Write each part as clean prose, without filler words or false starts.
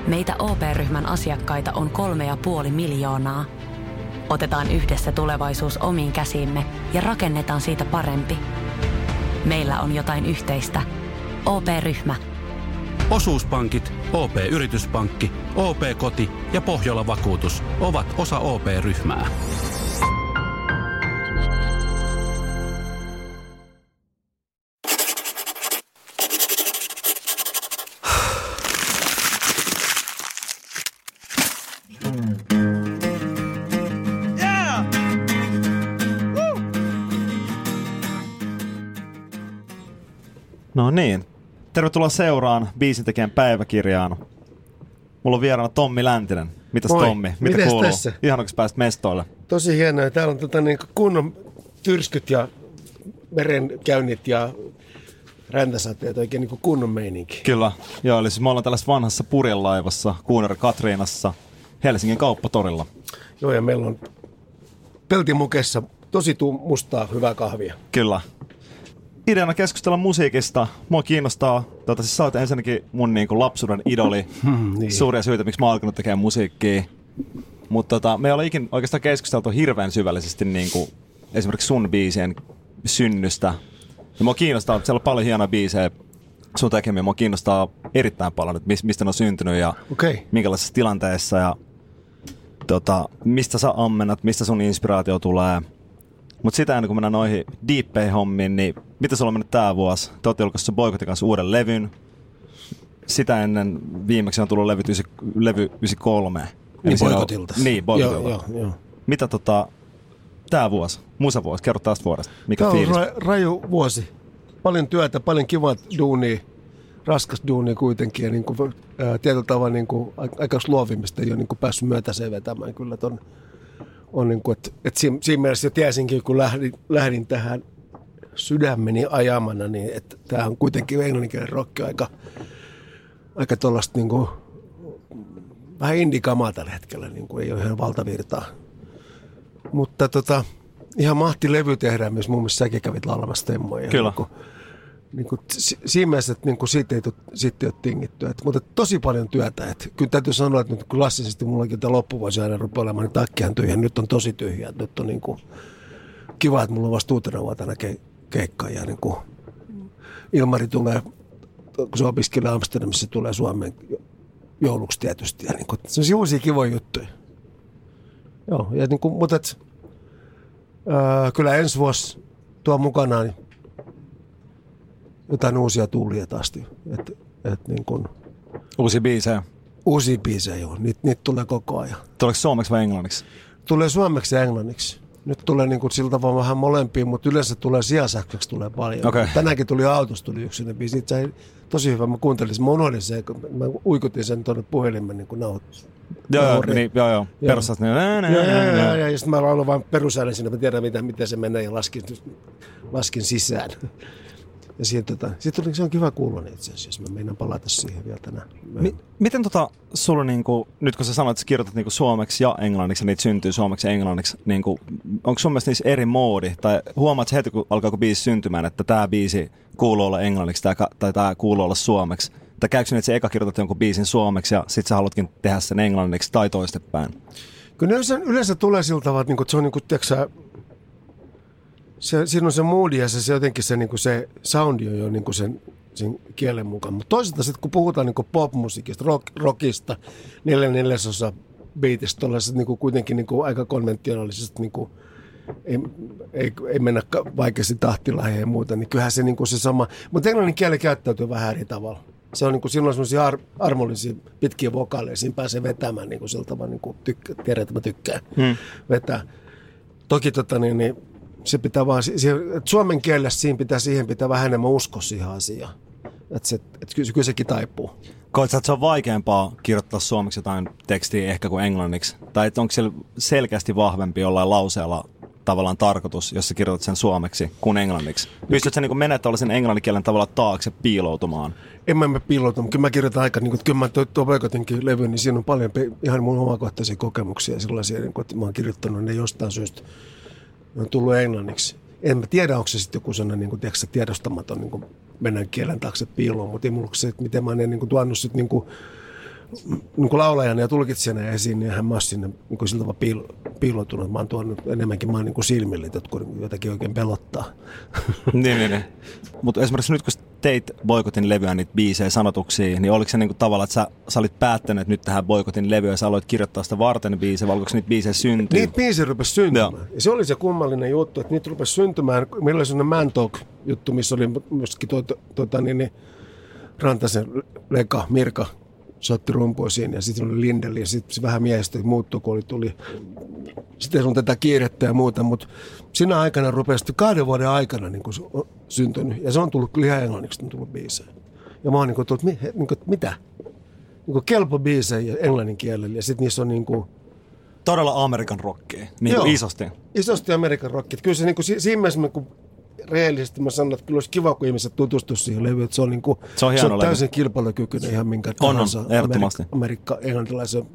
Meitä OP-ryhmän asiakkaita on 3,5 miljoonaa. Otetaan yhdessä tulevaisuus omiin käsiimme ja rakennetaan siitä parempi. Meillä on jotain yhteistä. OP-ryhmä. Osuuspankit, OP-yrityspankki, OP-koti ja Pohjola-vakuutus ovat osa OP-ryhmää. No niin. Tervetuloa seuraan biisintekijän päiväkirjaan. Mulla on vieraana Tommi Läntinen. Mitäs Moi. Tommi? Mitä Mites kuuluu? tässä? Ihanako pääsit mestoille? Tosi hienoa. Täällä on niin kunnon tyrskyt ja merenkäynnit ja räntäsateet, oikein niin kunnon meininki. Kyllä. Joo, eli siis me ollaan tällaisessa vanhassa purjelaivassa Kuuner Katriinassa Helsingin kauppatorilla. Joo, ja meillä on peltimukessa tosi mustaa hyvää kahvia. Kyllä. Ideana keskustella musiikista. Mua kiinnostaa, siis sä oot ensinnäkin mun niin kuin lapsuuden idoli. Niin. Suuria syitä, miksi mä oon alkanut tekemään musiikkia. Mutta me ei ole ikinä oikeastaan keskusteltu hirveän syvällisesti niin kuin esimerkiksi sun biisien synnystä. Ja mua kiinnostaa, että siellä on paljon hienoja biisejä sun tekemiä. Mua kiinnostaa erittäin paljon, että mistä ne on syntynyt ja minkälaisessa tilanteessa. Ja mistä sä ammennat, mistä sun inspiraatio tulee. Mutta sitä ennen kuin mennään noihin deep-hommiin, niin mitä sulla on mennyt tää vuosi? Te ootte julkaissut Boykotin kanssa uuden levyn. Sitä ennen viimeksi on tullut levy 93. Niin Boykotilta. Niin, Boykotilta. Joo. Mitä tää vuosi, musavuosi, kerro tästä vuodesta. Mikä tää fiilis? on raju vuosi. Paljon työtä, paljon kivaa duunia, raskas duunia kuitenkin. Ja niin kuin, tietyllä tavalla niin kuin, aika luovimista ei ole niin kuin päässyt myötäseen vetämään kyllä ton. On niin kuin, että siinä mielessä jo tiesinkin, kun lähdin tähän sydämeni ajamana, niin että tämä on kuitenkin englanninkielinen rock aika tuollaista niin kuin, vähän indikamaa tällä hetkellä, niin kuin ei ole ihan valtavirtaa. Mutta ihan mahti levy tehdään myös, muun muassa säkin kävit laulamassa temmoja. Kyllä. Niin kuin, siinä mielessä, että niin kuin siitä ei ole tingitty. Mutta tosi paljon työtä. Että kyllä täytyy sanoa, että nyt klassisesti mullakin tämä loppuvuosi aina rupeaa olemaan, niin takkihan tyhjä. Nyt on tosi tyhjä. Nyt on niin kuin kiva, että mulla on vasta uutena vuotena keikka. Ja niin kuin Ilmari tulee, kun se opiskelee Amsterdamissa, se tulee Suomeen jouluksi tietysti. Ja niin kuin, se on uusia kivoja juttuja. Joo, ja niin kuin, mutta kyllä ensi vuosi tuo mukanaan jotain uusia tuulia taas. Niin kun Uusia biisejä? Uusia biisejä, joo. Niitä tulee koko ajan. Tuleeko suomeksi vai englanniksi? Tulee suomeksi ja englanniksi. Nyt tulee niin sillä tavalla vähän molempiin, mutta yleensä tulee sijasakseksi tulee paljon. Okay. Tänäänkin tuli autossa yksi biisi. Itse asiassa tosi hyvä. Mä kuuntelin sen. Mä unohdin sen. Mä uikutin sen tuonne puhelimen niin nauhoitin. Joo. Perustas. Ja sitten mä laulan vaan perusäänen sinne. Mä tiedän, miten se menee ja laskin sisään. Ja se on kiva kuulla itse asiassa. Mä meinaan palata siihen vielä tänään. Miten sulla, niinku, nyt kun sä sanoit, että sä kirjoitat niinku suomeksi ja englanniksi ja niitä syntyy suomeksi ja englanniksi, niinku, onko sun mielestä niissä eri moodi? Tai huomaat heti, kun alkaa biisi syntymään, että tää biisi kuuluu olla englanniksi tai tää kuuluu olla suomeksi? Tai käykö niin, että sä eka kirjoitat jonkun biisin suomeksi ja sit sä haluatkin tehdä sen englanniksi tai toistepäin? Kyllä yleensä tulee sillä tavalla, että se on niinku, tiiäksä, siinä on se moodi ja se jotenkin se, niinku se soundi on jo niinku sen kielen mukaan. Mutta toisaalta sitten kun puhutaan niinku popmusiikista, rockista, 4/4 beatistä, tuollaiset niinku kuitenkin niinku aika konventionaalisesta, niinku, ei mennä vaikeasti tahtilaheen ja muuta, niin kyllähän se niinku se sama. Mutta englannin kieli käyttäytyy vähän eri tavalla. Se on niinku, siinä on semmoisia armollisia pitkiä vokaaleja, siinä pääsee vetämään niinku sillä tavalla, niinku tiedän, että mä tykkään vetää. Toki niin se pitää vaan, suomen kielessä siihen pitää vähän enemmän uskoa siihen asiaan. Että kyllä sekin taipuu. Koetko, että se on vaikeampaa kirjoittaa suomeksi jotain tekstiä ehkä kuin englanniksi? Tai onko siellä selkeästi vahvempi jollain lauseella tavallaan tarkoitus, jos sä kirjoitat sen suomeksi kuin englanniksi? Pystytkö sä niin menemään tuollaisen englanninkielen tavalla taakse piiloutumaan? En mä piiloutu, mutta kyllä mä kirjoitan aika, niin kyllä mä tuon Boykotinkin levyn, niin siinä on paljon ihan mun omakohtaisia kokemuksia sellaisia, niin että mä oon kirjoittanut ne jostain syystä. Ne on tullut englanniksi. En mä tiedä, onko se sitten joku sellainen niin kuin, tiedätkö, tiedostamaton niin kuin mennään kielen taakse piiloon, mutta ei mulla se, että miten mä oon niin kuin, tuonut sitten niin kuin niin kuin laulajana ja tulkitsijana esiin, niin hän mä oon sinne niin kuin sillä tavalla piiloutunut. Mä oon tuonut enemmänkin, mä oon niin kuin silmille, että jotakin oikein pelottaa. Niin. Mutta esimerkiksi nyt kun teit Boikotin levyä niitä biisejä sanotuksia, niin oliko se niinku tavallaan, että sä olit päättänyt, että nyt tähän Boikotin levyä ja sä aloit kirjoittaa sitä varten biisejä, vai oliko niitä biisejä syntyä? Niitä biisejä rupesi syntymään. Joo. Ja se oli se kummallinen juttu, että niitä rupesi syntymään. Meillä oli sellainen Man Talk-juttu, missä oli myöskin Rantasen Leka, Mirka soitti rumpuja siinä ja sitten oli Lindeli ja sitten se vähän miehestä muuttui, kun tuli sitten on tätä kiirettä ja muuta, mutta siinä aikana rupesi 2 vuoden aikana niin kuin syntynyt ja se on tullut kyllä ihan englanniksi, on tullut biisejä. Ja mä oon niin kuin tullut, mitä? Niin kuin kelpo biisejä englannin kielellä ja sitten niissä on niin kuin todella Amerikan rockia, niin kuin isosti. Isosti Amerikan rockia. Kyllä se niin kuin siinä mielessä, kun reellisesti mä sanon, että kyllä olisi kiva, kun ihmiset tutustuisivat siihen levyyn, että se on, niin kuin, se on täysin kilpailukykyinen ihan minkä tahansa englantilaisen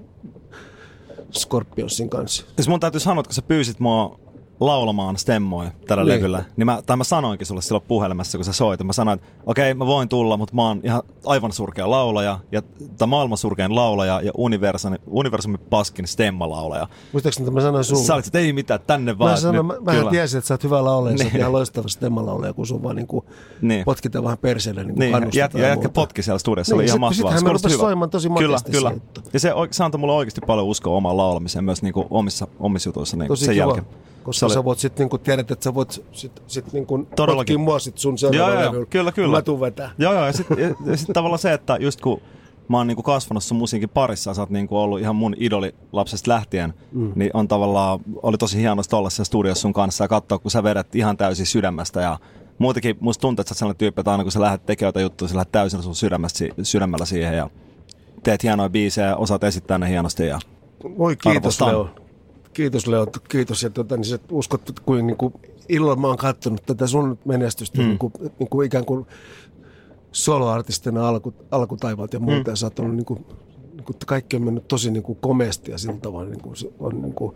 Scorpionsin kanssa. Siis mun täytyy sanoa, että kun sä pyysit mua laulamaan stemmoja tällä levyllä, niin mä sanoinkin sulle silloin puhelimessa, kun sä soit. Mä sanoin, että okei, mä voin tulla, mutta mä oon ihan aivan surkea laulaja, tai maailman surkein laulaja ja universumin paskin stemmalaulaja. Muistaakseni, että mä sanoin sulle? Sä olit, että ei mitään, tänne vaan. Mä tiesin, että sä oot hyvä laulaja, sä oot ihan loistava stemmalaulaja, kun sun vaan niin potkitaan vähän perseelle, niin kannustetaan. Ja jätkä potki siellä studiossa, se oli ihan mahtavaa. Sittenhän mä rupesi soimaan tosi monesti. Kyllä. Ja se antoi mulle oikeasti paljon uskoa omaan laulamiseen myös niin omissa jutuissa niin sen jälkeen. Koska sä voit sitten niinku tiedät, että sä voit sit niinku potkia mua sit sun seuraavalla levyllä. Kyllä. Mä tuun vetää. Joo, ja sit tavallaan se, että just kun mä oon niinku kasvanut sun musiikin parissa, sä oot niinku ollut ihan mun idoli lapsesta lähtien, niin on tavallaan, oli tosi hienosti olla siellä studiossa sun kanssa ja katsoa, kun sä vedät ihan täysin sydämestä ja muutenkin musta tuntuu, että sä oot sellainen tyyppi, että aina kun sä lähdet tekemään jotain juttua, sä lähdet täysin sun sydämellä siihen ja teet hienoja biisejä, osaat esittää ne hienosti ja voi kiitos Leo. Kiitos Leo, kiitos. Ja niin sä uskot, kuin niinku, ilolla mä oon katsonut tätä sun menestystä niinku ikään kuin soloartistina alkutaivaalta ja muuta. Ja sä oot ollut niinku, kaikki on mennyt tosi niinku komeasti ja sillä tavalla on niinku,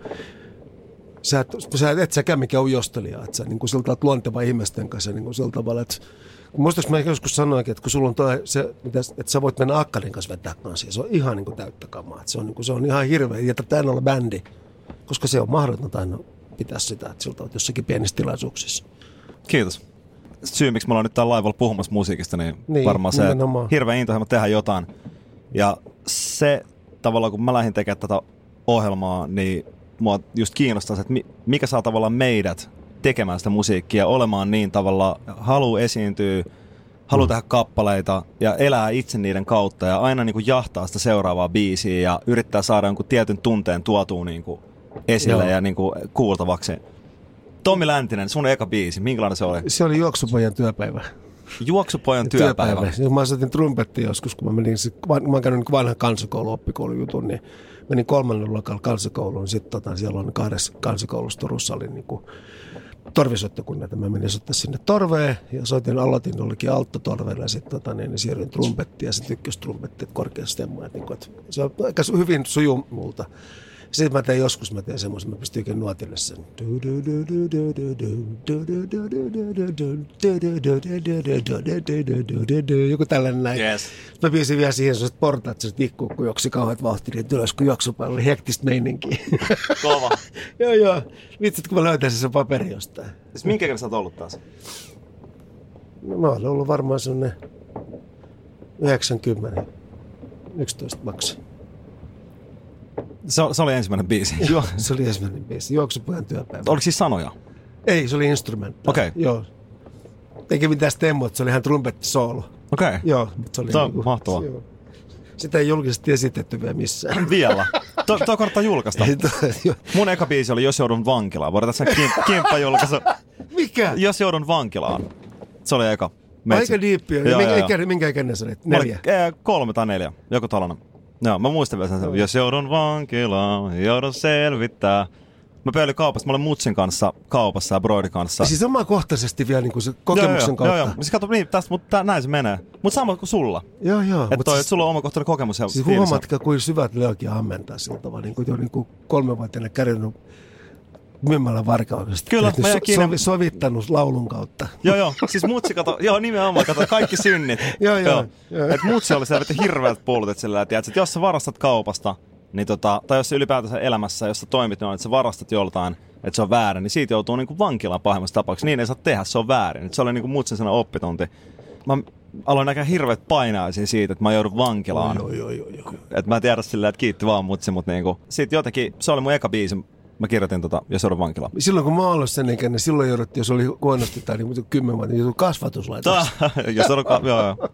sä et säkään mikään ujostelija, että sä niinku sillä tavalla luonteva ihmisten kanssa niinku sillä tavalla, että muistaaks mä joskus sanoinkin, että kun sulla on että sä voit mennä Akkarin kanssa vetää kanssa, se on ihan niinku täyttä kamaa, että se on ihan hirveä, ja täällä olla bändi. Koska se on mahdotonta aina pitää sitä, että siltä olet jossakin pienissä tilaisuuksissa. Kiitos. Syy, miksi me ollaan nyt täällä laivalla puhumassa musiikista, niin varmaan se, että hirveän intohimo tehdä jotain. Ja se tavallaan, kun mä lähdin tekemään tätä ohjelmaa, niin mua just kiinnostaa se, että mikä saa tavallaan meidät tekemään sitä musiikkia, olemaan niin tavallaan, haluaa esiintyä, haluaa tehdä kappaleita ja elää itse niiden kautta ja aina niin kuin jahtaa sitä seuraavaa biisiä ja yrittää saada jonkun tietyn tunteen tuotua niin kuin esille ja niin kuin kuultavaksi. Tommi Läntinen, sun eka biisi, minkälainen se oli? Se oli Juoksupojan työpäivä. Juoksupojan työpäivä. Mä soitin trumpettia joskus, kun mä oon käynyt vanhan kansakoulu-oppikoulujutun, niin menin 3. luokalla kansakouluun. Sitten siellä on 2. kansikoulussa Turussa oli niin kuin torvisoittokunnat. Mä menin soittaa sinne torveen ja aloitin jollekin alttotorveella ja sitten niin siirryin trumpettiin ja sitten ykköstrumpettiin korkeassa stemmoja. Niin se on aika hyvin sujuu multa. Sitten mä tein semmoisen, mä pystyin oikein nuotille sen. Joku tällainen näin. Yes. Mä piisin vielä siihen sellaiset portaat, sellaiset ikkuu, kun juoksi kauheat vauhtia, niin ylös, kun juoksupäällä oli hektistä meininkiä. Kova. Joo. Vitsit, kun mä löytäisin sen paperi jostain. Siis minkä kerran sä oot ollut taas? No, mä oon ollut varmaan sellainen 90, 11 maksi. Se oli ensimmäinen biisi. Joo, se oli ensimmäinen biisi. Juoksupojan työpäivä. Oliko siis sanoja? Ei, se oli instrumentti. Okei. Joo. Eikä mitään stemmoa, se oli ihan trumpettisoolo. Okei. Joo. Se oli on mahtavaa. Joo. Sitä ei julkisesti esitetty vielä missään. Vielä? Tuo kannattaa julkaista. Mun eka biisi oli Jos joudun vankilaan. Voidaan tässä kimppajulkaisu. Mikä? Jos joudun vankilaan. Se oli eka. Aika diippiä. Minkä ikäinen sä olit? 4? 3 tai 4. Joku tollainen. Joo, mä muistan vielä sen. Jos joudun vankilaan, joudun selvittää. Mä pöylin kaupassa. Mä olen Mutsin kanssa kaupassa ja Broidin kanssa. Ja siis omakohtaisesti vielä niin se kokemuksen kautta. Joo. Siis kato, niin, tästä, mutta näin se menee. Mutta sama kuin sulla. Joo. Että siis, sulla on omakohtainen kokemus. Ja siis huomaatko, kuin syvät Leokin ammentaa sillä tavalla. Niin kuin 3-vuotiaana kärjennut Mymmällä Varkaudesta. Kyllä, mä jäin kiinni. Sovittanut laulun kautta. Joo, siis mutsi nimenomaan, kaikki synnit. Joo. Et mutsi oli selvästi hirveät puolut, että jos sä varastat kaupasta, niin tai jos sä ylipäätänsä elämässä, jos sä toimit noin, että sä varastat joltain, että se on väärin, niin siitä joutuu niinku vankilaan pahimmassa tapauksessa. Niin ei saa tehdä, se on väärin. Et se oli niinku mutsin sellainen oppitunti. Mä aloin näkää hirveät painajaisia siitä, että mä joudun vankilaan. Joo. Et mä tiedä silleen, että kiitti vaan mutsi, mutta niinku, sit jotenkin, se oli mun eka biisi. Mä kirjoitin jos joudun vankilaan. Silloin kun mä oon ollut sen ikäinen, silloin jouduttiin, jos oli huonosti tai niin 10 vuotta, niin joutui kasvatuslaitokseen. Joo.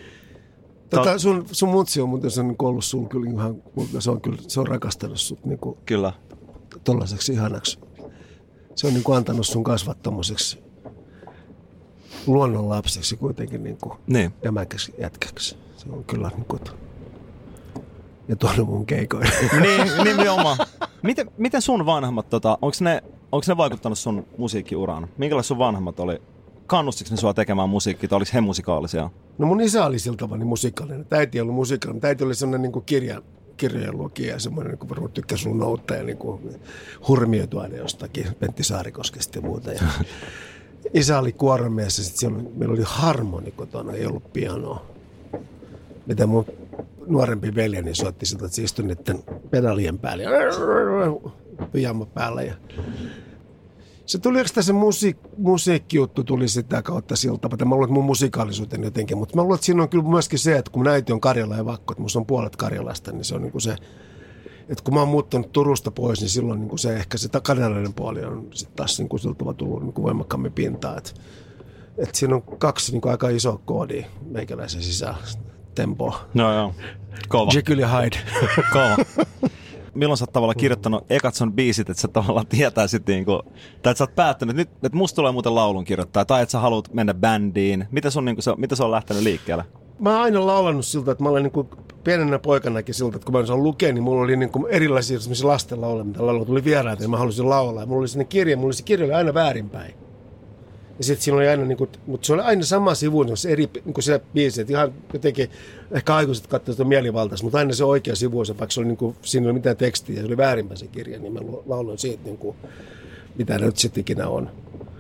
Sun mutsi on muuten ollut sulla kyllä ihan, se on rakastanut sut niinku kyllä. Tollaiseksi ihanaksi. Se on niinku antanut sun kasvat tommoseksi luonnonlapseksi kuitenkin niinku jämäkäksi jätkäksi. Se on kyllä niinku ja tuonut mun keikoille. Nimenomaan. Miten sun vanhemmat, onko ne vaikuttanut sun musiikkiuraan? Minkälaisia sun vanhemmat oli? Kannustiko ne sua tekemään musiikkia, tai oliko he musikaalisia? No mun isä oli siltä tavalla niin musikaalinen. Äiti ei ollut musikaalinen. Äiti oli sellainen niin kirjojen lukija ja semmoinen, niin kuin varmaan tykkäsi sun noutta ja niin hurmioitu aina jostakin Pentti Saarikoskesta ja muuta. Ja isä oli kuoromies ja sitten meillä oli harmoni kotona, ei ollut pianoa. Mitä mun nuorempi veljeni soitti siltä, että se istui niiden pedalien päälle ja pyjama päällä. Ja se tuli oikeastaan se musiikkijuttu tuli sitä kautta siltä, että mä luulen, että mun musikaalisuuteni jotenkin, mutta mä luulen, että siinä on kyllä myöskin se, että kun mun äiti on Karjala ja Vakko, että musta on puolet Karjalasta, niin se on niin kuin se, että kun mä oon muuttanut Turusta pois, niin silloin niin kuin se ehkä se karjalainen puoli on sitten taas niin kuin siltä tullut niin kuin voimakkaammin pintaan. Että siinä on 2 niin kuin aika isoa koodia meikäläisen sisällä. Tempo. No joo, kova. Jekyll ja Hyde. Kova. Milloin sä oot tavallaan kirjoittanut ekat sun biisit, että sä tavallaan tietäisit niinku, tai että sä oot päättänyt, nyt, että musta tulee muuten laulun kirjoittaa, tai että sä haluat mennä bändiin. Miten se on lähtenyt liikkeelle? Mä oon aina laulannut siltä, että mä olen niinku pienenä poikanakin siltä, että kun mä sain lukea, niin mulla oli niinku erilaisia lasten lauleja, mitä lauluja tuli vieraita, ja mä halusin laulaa. Mulla oli se kirja oli aina väärinpäin. Ja sitten siinä oli aina, mutta se oli aina sama sivu, se eri niin se biisi, että ihan jotenkin, ehkä aikuiset katsoivat sitä mielivaltaista, mutta aina se oikea sivu, vaikka se oli, siinä ei ole mitään tekstiä, ja se oli väärinpäin se kirja, niin mä lauloin siitä, mitä nyt sitten ikinä on.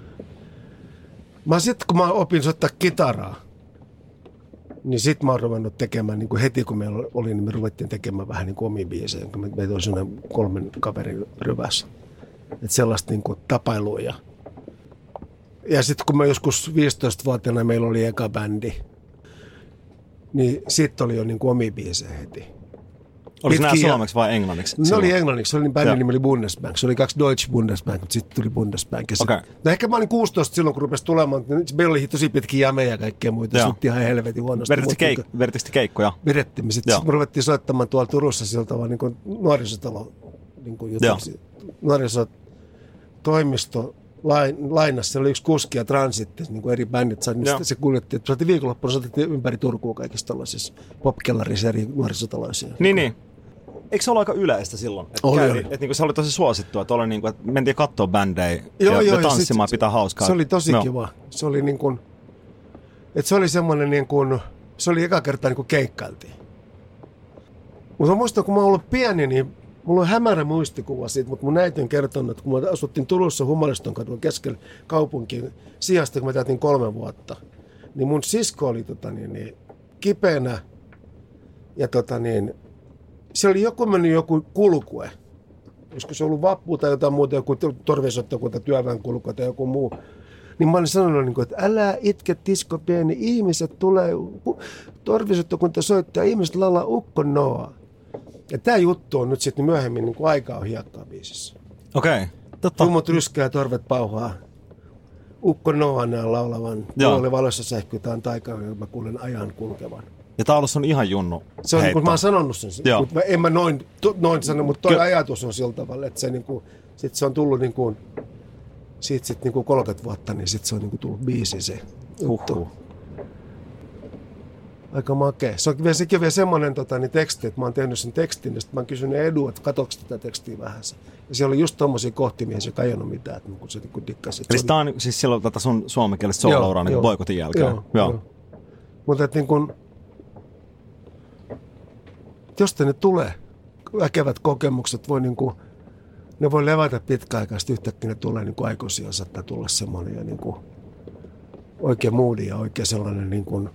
Sitten kun mä opin soittaa kitaraa, niin sitten mä oon ruvennut tekemään, niin kuin heti kun meillä oli, niin me ruvettiin tekemään vähän niin kuin omia biisejä, kun meitä oli sellainen 3 kaverin ryvässä. Että sellaista niin kuin tapailua ja sitten kun mä joskus 15-vuotiaana meillä oli eka bändi, niin sitten oli jo niin kuin omia biisejä heti. Oliko nämä suomeksi vai englanniksi? Ne oli englanniksi. Se oli bändin nimi oli Bundesbank. Se oli 2 Deutsche Bundesbank, mutta sitten tuli Bundesbank. Okay. No ehkä mä olin 16 silloin, kun rupesi tulemaan. Meillä oli tosi pitkiä jameja ja kaikkea muita. Sitten ihan helvetin huonosti. Vedettekö te keikkoja? Vedettiin. Sitten me ruvettiin soittamaan tuolla Turussa siltä vaan niin kuin nuorisotalo. Niin kuin nuorisotoimisto. Lainassa se oli yksi kuski ja transitti, niin kuin eri bändit sai, niin se kuljetti, että saatiin viikonloppuna, saatiin ympäri Turkua kaikissa tällaisissa popkellarissa eri nuorisotaloisia. Niin. Eikö se ollut aika yleistä silloin? Että niin se oli tosi suosittua, että, niin kuin, että mentiin katsoa bändejä ja tanssimaan, pitää hauskaa. Se oli tosi kiva. Se oli niin kuin, että se oli semmoinen niin kuin, se oli eka kertaa niin kuin keikkailtiin. Mutta muistan, kun mä oon ollut pieni, niin mulla on hämärä muistikuva siitä, mutta mun äiti on kertonut, että kun me asuttiin Turussa Humaliston kadulla keskellä kaupunkiin sijasta, kun me täytin 3 vuotta, niin mun sisko oli kipeänä ja se oli joku kulkue. Olisiko se ollut vappu tai jotain muuta, joku torvisottakunta, työväenkulkue tai joku muu. Niin mä olin sanonut, että älä itke Tisko pieni, ihmiset tulee, torvisottakunta soittaa, ihmiset laulaa Ukko Noa. Ja tämä juttu on nyt sitten myöhemmin niin kuin Aikaa on hiekkaa biisissä. Okei. Rummut ryskää ja torvet pauhaa. Ukko Noa laulavan. Tuolle valossa sähkytään taikaa, ja mä kuulen ajan kulkevan. Ja taulussa on ihan junnu. Se on, kun mä oon sanonut sen. Mutta en mä noin sano, mutta toi ajatus on sillä tavalla, että se, niin kuin, sit se on tullut niin kuin, siitä sitten niin kuin 30 vuotta, niin sitten se on niin kuin tullut biisi se juttu. Aika makea. Sekin on vielä semmoinen teksti, että mä oon tehnyt sen tekstin, ja sitten mä oon kysynyt Edu, että katsoinko tätä tekstiä vähän. Ja siellä oli just tommosia kohtia, mihin se ei kajannut mitään, että kun se dikkasi. Eli tämä on siis silloin sun suomenkielistä soolauraa niin boikotin jälkeen? Joo. Mutta että niin kun, jos tänne tulee väkevät kokemukset, voi niin kuin ne voi levätä pitkäaikaisesti, yhtäkkiä ne tulee niin kuin aikuisia, saattaa tulla semmoinen ja niin kuin oikein moodi ja oikein sellainen niin kuin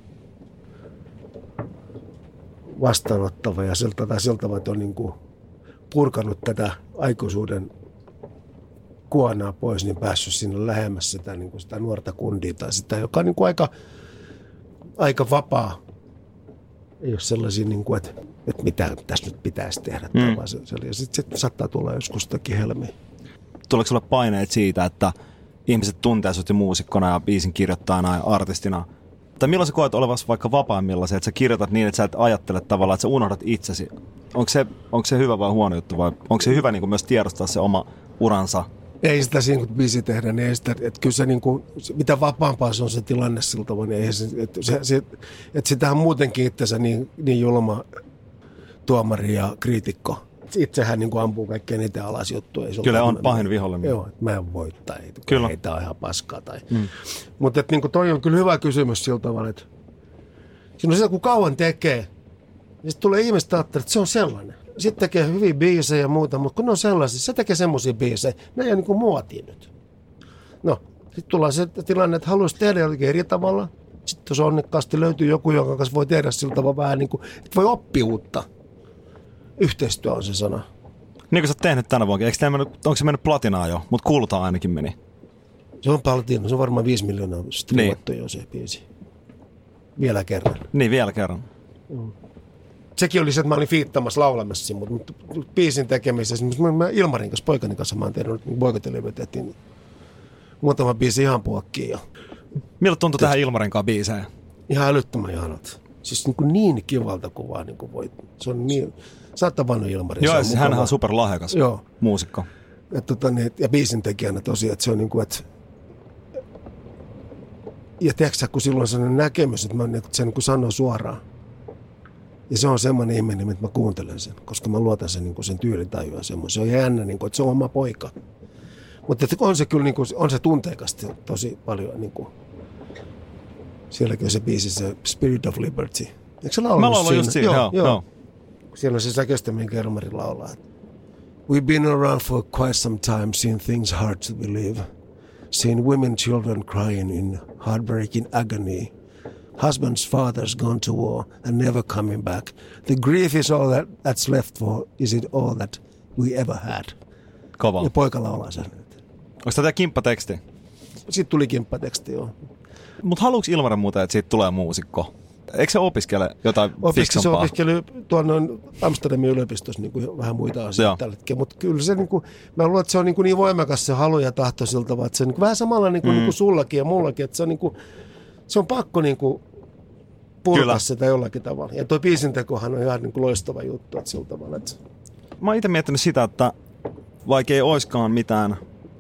vastaanottava ja siltä tavalla, että on niin kuin purkanut tätä aikuisuuden kuonaa pois, niin päässyt sinne lähemmäs sitä, niin kuin sitä nuorta kundia tai sitä, joka on niin kuin aika vapaa. Ei ole sellaisia, niin kuin, että mitä tässä nyt pitäisi tehdä. Ja sitten saattaa tulla joskus jotakin helmiä. Tuleeko sulle paineet siitä, että ihmiset tuntee sinut muusikkona ja biisin kirjoittajana ja artistina? Tai milloin sä koet olevasi vaikka vapaimmilla se, että sä kirjoitat niin, että sä et ajattele tavallaan, että sä unohdat itsesi? Onko se hyvä vai huono juttu vai onko se hyvä niin kuin myös tiedostaa se oma uransa? Ei sitä siinä, kun biisi tehdään, niin ei sitä, että kyllä se niin kuin, mitä vapaampaa se on se tilanne siltä tavalla, niin ei se, että sitähän muutenkin itsensä niin julma tuomari ja kriitikko. Itsehän niin kuin ampuu kaikkea niitä alas juttuja. Kyllä on pahin vihollinen. Joo, että mä en voittaa, ei tämä on ihan paskaa. Mutta niin toi on kyllä hyvä kysymys sillä tavalla, että siinä on sitä, kun kauan tekee, niin sitten tulee ihmiset ajattelemaan, että se on sellainen. Sitten tekee hyviä biisejä ja muuta, mutta kun ne on sellaisia, se tekee semmoisia biisejä, ne ei ole niin kuin muotiin nyt. No, sitten tulee se tilanne, että haluaisi tehdä jotenkin eri tavalla. Sitten jos onnekkaasti löytyy joku, jonka kanssa voi tehdä sillä tavalla vähän niin kuin, että voi oppia uutta. Yhteistyö on se sana. Niin kuin sä oot tehnyt tänä vuonna, onko se mennyt platinaan jo, mutta kuulutaan ainakin meni. Se on platina, se on varmaan 5 miljoonaa striimattu jo se biisi. Vielä kerran. Niin, vielä kerran. Sekin oli se, että mä olin fiittamassa laulamassa siinä, mutta biisin tekemisessä, mä Ilmarin kanssa, poikani kanssa mä oon tehnyt boikotelevy, tehtiin muutama biisi ihan puokkiin. Ja miltä tuntui tähän Ilmarin kanssa biiseen? Ihan älyttömän ihanat. Siis niin kivalta kuvaa niin kuin voit. Se on niin, sä oot tavannut Ilmarin. Joo, siis hänhän on superlahjakas muusikko. Ja biisin tekijänä tosiaan, että se on niin kuin, että ja tiedätkö kun silloin on sellainen näkemys, että se niin kuin sanoo suoraan. Ja se on semmoinen ihminen, että mä kuuntelen sen, koska mä luotan sen, niin kuin sen tyylitajuun semmoinen. Se on jännä, niin kuin, että se on oma poika. Mutta on se kyllä niin kuin, on se tunteikasti tosi paljon. Niin kuin, sielläkin on se biisi, se Spirit of Liberty. Eikö se laulaa? Mä laulan just siinä, joo. Siellä on se säkestä, minkä Ilmari laulaa. We've been around for quite some time, seen things hard to believe. Seen women, children crying in heartbreaking agony. Husbands, fathers gone to war and never coming back. The grief is all that's left for, is it all that we ever had. Kova. Ja poika laulaa sen. Onko tämä kimppateksti? Siitä tuli kimppateksti, joo. Mutta haluuks Ilmari muuten, että siitä tulee muusikko? Eikö se opiskele jotain fiksampaa? Se opiskeli tuonne Amsterdamin yliopistossa niin kuin vähän muita asioita tällä hetkellä. Mutta kyllä se, niin kuin, mä luulen, että se on niin voimakas se halu ja tahto siltä tavalla, että se on niin vähän samalla niin kuin sullakin ja mullakin, että se on, niin kuin, se on pakko niin kuin purkaa sitä jollakin tavalla. Ja tuo biisintekohan on ihan niin kuin loistava juttu, että sillä tavalla. Että mä oon itse miettinyt sitä, että vaikka ei oiskaan mitään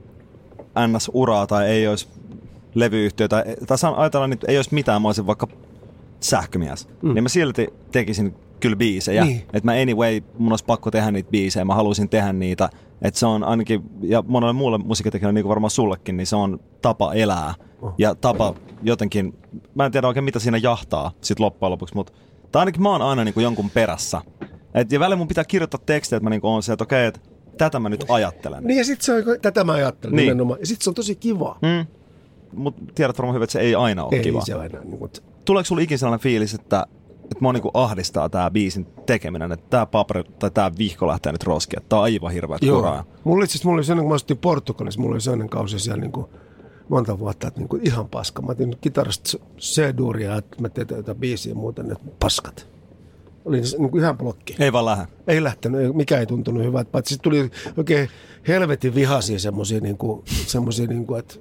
NS-uraa tai ei olisi levyyhtiö tai ajatellaan, että ei olisi mitään, mä olisin vaikka sähkömies, niin mä silti tekisin kyllä biisejä. Niin. Että mä anyway, mun olisi pakko tehdä niitä biisejä, mä haluaisin tehdä niitä. Että se on ainakin, ja monelle muulle musiikintekijälle, niin kuin varmaan sullekin, niin se on tapa elää. Ja tapa jotenkin, mä en tiedä oikein mitä siinä jahtaa sit loppujen lopuksi, mutta ainakin mä oon aina niin kuin jonkun perässä. Ja välillä mun pitää kirjoittaa tekstejä, että mä niin kuin oon se, että okei, että tätä mä nyt ajattelen. Niin ja sit se on, tätä mä ajattelen nimenomaan. Ja sit se on tosi kiva. Mutta tiedät varmaan hyvin, että se ei aina ole kiva. Ei se aina. Niin, mutta tuleeko sulla ikin sellainen fiilis, että mua niinku ahdistaa tää biisin tekeminen, että tää paperi tai tää vihko lähtee nyt roskiin, että tää on aivan hirveät kuraa. Mulla oli sellainen, kun mä asuttiin Portugalissa, mulla oli sellainen kausi siellä niinku monta vuotta, että niinku ihan paska. Mä otin kitarasta C-duuria, että mä tein jotain biisiä ja muuta, että paskat. Oli niinku ihan blokki. Ei vaan lähde. Ei lähtenyt, mikä ei tuntunut hyvältä. Paitsi sitten tuli oikein helvetin vihaisia semmosia niinku, että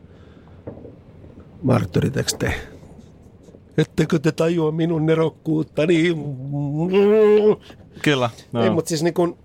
marttyyritekstejä. Ettekö te tajua minun nerokkuuttani? Kyllä. No. Ei, mutta siis niin kun,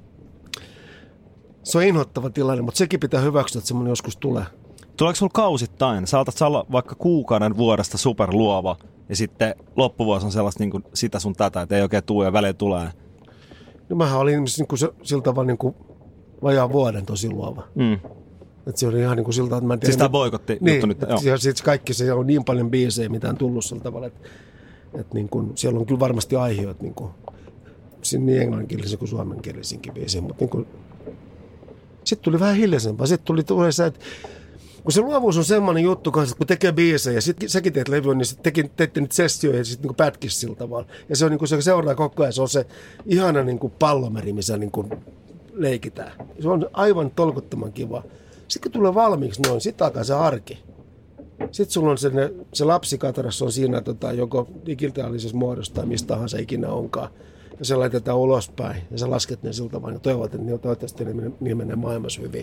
se on inhottava tilanne, mutta sekin pitää hyväksyä, että semmoinen joskus tulee. Tuleeko sulla kausittain? Saatat olla vaikka kuukauden vuodesta superluova ja sitten loppuvuosi on sellaista niin kuin sitä sun tätä, että ei oikein tule ja väliin tulee. No mähän olin niin kuin sillä tavalla niin kuin vajaan vuoden tosi luova. Että se oli ihan niin kuin siltä, että mä en tiedä. Siis tämä boikotti niin, juttu nyt. Ja sitten kaikki se on niin paljon biisejä, mitä on tullut sillä tavalla, että niin kuin, siellä on kyllä varmasti aiheut niin englanninkielisiä kuin suomenkielisinkin biisejä, mutta niin kuin, Sitten tuli vähän hiljaisempaa. Sitten tuli se, että kun se luovuus on semmoinen juttu kanssa, että kun tekee biisejä ja sitten säkin teet levyä, niin sitten teette niitä sessioja ja sitten niin pätkisi sillä tavalla. Ja se on niin kuin se seuraa koko ajan. Se on se ihana niin kuin pallomeri, missä niin kuin leikitään. Se on aivan tolkuttoman kiva. Sitten kun tulee valmiiksi noin, sitten alkaa se arki. Sitten sulla on se lapsikataras on siinä joko digitaalisessa muodossa tai mistä tahansa ikinä onkaan. Ja se laitetaan ulospäin ja sä lasket ne siltä vaan ja toivot, että toivottavasti ne menee maailmassa hyvin.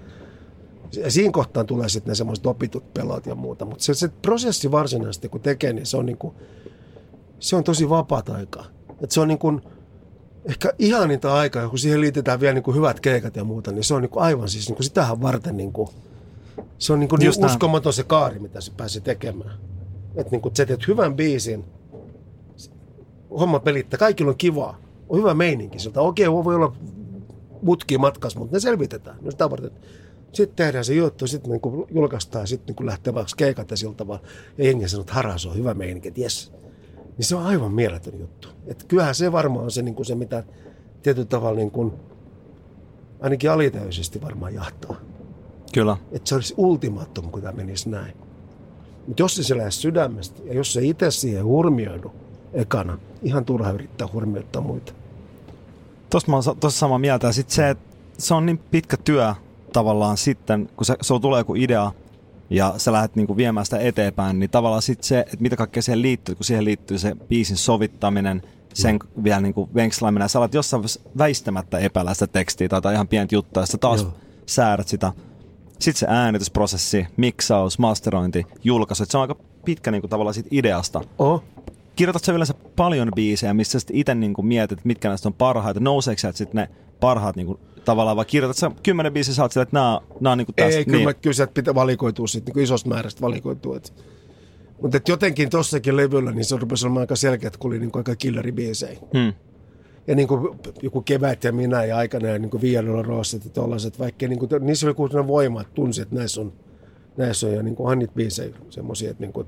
Ja siinä kohtaan tulee sitten ne semmoiset opitut pelot ja muuta. Mutta se prosessi varsinaisesti kun tekee, niin se on tosi vapaata aikaa. Että se on niinku ehkä ihaninta aikaa, kun siihen liitetään vielä niinku hyvät keikat ja muuta, niin se on niinku aivan siis niinku sitähän varten niinku, se on niinku niin uskomaton se kaari, mitä se pääsi tekemään. Että niinku, sä teet hyvän biisin, homma pelittää, kaikilla on kivaa, on hyvä meininki siltä. Okei, voi olla mutkia matkassa, mutta ne selvitetään. No sitä varten. Sitten tehdään se juttu, sitten niinku julkaistaan ja sitten niinku lähtee vaikka keikat ja siltä vaan. Ja jengi sanoo, että haras on hyvä meininki, että jes. Niin se on aivan mieletön juttu. Että kyllähän se varmaan on se, niinku se mitä tietyllä tavalla niinku, ainakin alitäysisesti varmaan jahtaa. Kyllä. Että se olisi ultimaattum, kun tämä menisi näin. Mutta jos se lähde sydämestä ja jos se itse siihen hurmioidu ekana, ihan turha yrittää hurmioittaa muita. Tuosta mä oon tosi samaa mieltä. Ja sitten se, että se on niin pitkä työ tavallaan sitten, kun sulla tulee joku idea ja sä lähdet niinku viemään sitä eteenpäin, niin tavallaan sitten se, että mitä kaikkea siihen liittyy, kun siihen liittyy se biisin sovittaminen, sen vielä niinku venkslaaminen, ja sä alat jossain väistämättä epäillä sitä tekstiä tai ihan pientä juttua, ja sä taas säädät sitä. Sitten se äänitysprosessi, miksaus, masterointi, julkaisu, se on aika pitkä niinku tavallaan siitä ideasta. Kirjoitat sä yleensä paljon biisejä, missä sitten itse niinku mietit, mitkä näistä on parhaita, nouseeko sä sitten ne parhaat niinku tavallaan, vai kirjoitat sä 10 biisiä, sä oot sillä, että nämä on niinku tästä. Ei, kyllä sieltä pitää valikoitua sitten, niinku isosta määrästä valikoitua. Mutta jotenkin tossakin levyllä, niin se rupesi olemaan aika selkeä, että kun oli niinku aika killeribiisejä. Ja niinku joku Kevät ja minä ja aikana ja niinku Via Dolorosa ja tollaiset, vaikka niinku, niissä oli kuitenkin voima, että tunsi, että näissä on ja niinku niitä biisejä semmoisia, että niinku,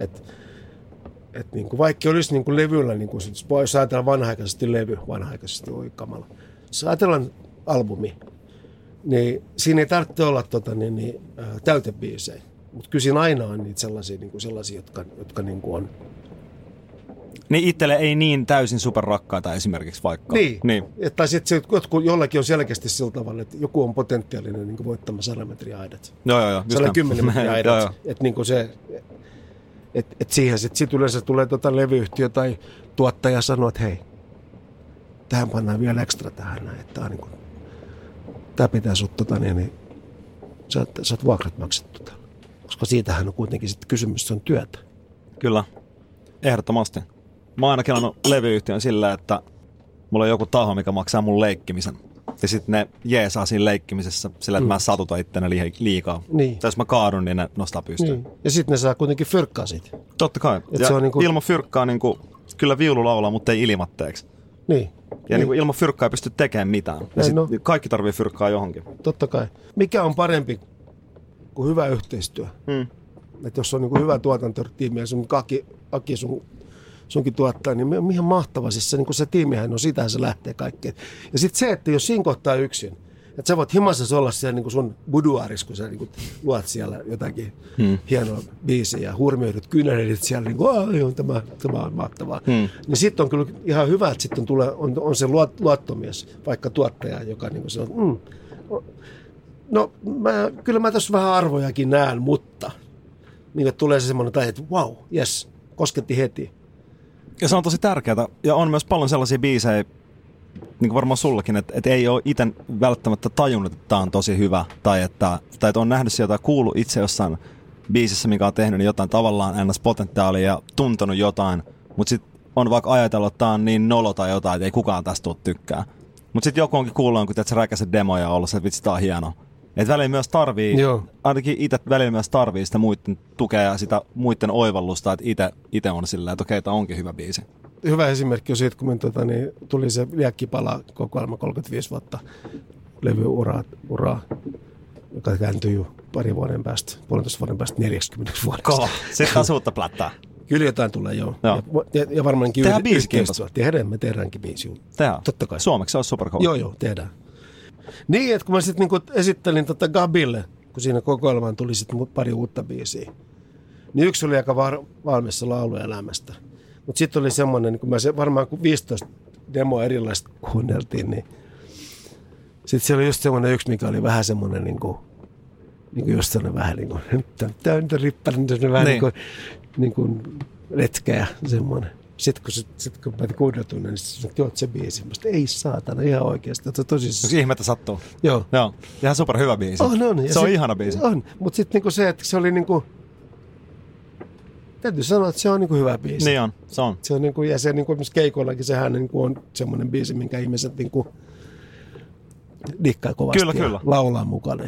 niinku, vaikka olisi niinku levyllä, niinku, jos ajatellaan vanha-aikaisesti levy, vanha-aikaisesti oi kamala. Jos ajatellaan albumi, niin siinä ei tarvitse olla täytebiisejä. Mutta kyllä siinä aina on niitä sellaisia jotka niinku on. Niin itselle ei niin täysin superrakkaita esimerkiksi vaikka. Niin. Tai sitten jollakin on selkeästi sillä tavalla, että joku on potentiaalinen niin voittamaan 100 metriä aidat. Joo. 110 metriä aidat. Että niin se, et siihen sitten yleensä tulee levyyhtiö tai tuottaja sanoo, että hei, tähän pannaan vielä ekstra tähän näin, että tämä, niin tämä pitää sut niin saat vuokrat maksettu täällä. Koska siitähän on kuitenkin sitten kysymys, se on työtä. Kyllä, ehdottomasti. Mä oon aina kelannut levyyhtiön sillä, että mulla on joku taho, mikä maksaa mun leikkimisen. Ja sitten ne jeesaa siinä leikkimisessä sillä, että mä en satuta itseäni liikaa. Niin. Tai jos mä kaadun, niin ne nostaa pystyyn. Niin. Ja sitten ne saa kuitenkin fyrkkaa siitä. Totta kai. Ja se on niinku ilman fyrkkaa kyllä viulu laulaa, mutta ei ilmatteeksi. Niin. Ja niin. Ilman fyrkkaa ei pysty tekemään mitään. Ja kaikki tarvii fyrkkaa johonkin. Totta kai. Mikä on parempi kuin hyvä yhteistyö? Että jos on niin hyvä tuotantotiimi ja sun Aki sunkin tuottaa, niin ihan mahtava. Siis se tiimihän on, sitähän se lähtee kaikkeen. Ja sitten se, että jos siinä kohtaa yksin, että sä voit himassasi olla siellä niin sun buduaaris, kun sä niin luot siellä jotakin hienoa biisiä ja hurmioidut kynärelit siellä, niin tämä on mahtavaa. Niin sitten on kyllä ihan hyvä, että sitten on se luottomies, vaikka tuottaja, joka niin sanoo, no kyllä mä tässä vähän arvojakin näen, mutta niin tulee se semmoinen, että wow, jes, kosketti heti. Ja se on tosi tärkeää. Ja on myös paljon sellaisia biisejä, niin kuin varmaan sullakin, että ei ole itse välttämättä tajunnut, että tämä on tosi hyvä. Tai että on nähnyt sieltä ja kuullut itse jossain biisissä, mikä on tehnyt jotain tavallaan ns-potentiaalia ja tuntenut jotain. Mutta sitten on vaikka ajatellut, että tämä on niin nolo tai jotain, että ei kukaan tästä tule tykkää. Mutta sitten joku onkin kuullut, kun se räkäset demoja on ollut, että vitsi, tämä on hieno. Että välillä myös ainakin itse välillä myös tarvii sitä muiden tukea ja sitä muiden oivallusta, että itse on silleen, että okei, tämä onkin hyvä biisi. Hyvä esimerkki on siitä, kun niin tuli se Liekkipala kokoelma 35 vuotta levyuraa, joka kääntyi jo puolentoista vuoden päästä 40 vuodesta. Se taas uutta plättää. Kyllä jotain tulee, joo. Ja varmaankin tehdään biisikin. Me tehdäänkin biisi. Tehdään. Totta kai. Suomeksi se olisi superkova. Joo, tehdään. Niin, että kun mä sitten niinku esittelin Gabille, kun siinä kokoelmaan tuli sitten pari uutta biisiä, niin yksi oli aika valmis lauluelämästä. Mutta sitten oli semmoinen, kun mä varmaan 15 demoa erilaista kuunneltiin, niin sitten siellä oli just semmoinen yksi, mikä oli vähän semmoinen niinku just semmoinen vähän niin kuin niin kuin letkeä semmoinen. Sitten kun mä kuunneltuin, niin sanoin, että se biisi. Mä sanoin, ei saatana, ihan oikeasti. Yksi ihmettä sattuu. Joo. Ihan super hyvä biisi. On. Se on ihana biisi. On, mutta sitten niinku se, että se oli niinku, täytyy sanoa, että se on niinku hyvä biisi. Niin on, se on. Se on niinku, ja se niinku keikoillakin sehän niinku on semmoinen biisi, minkä ihmiset niinku dikkaa kovasti kyllä. Laulaa mukana.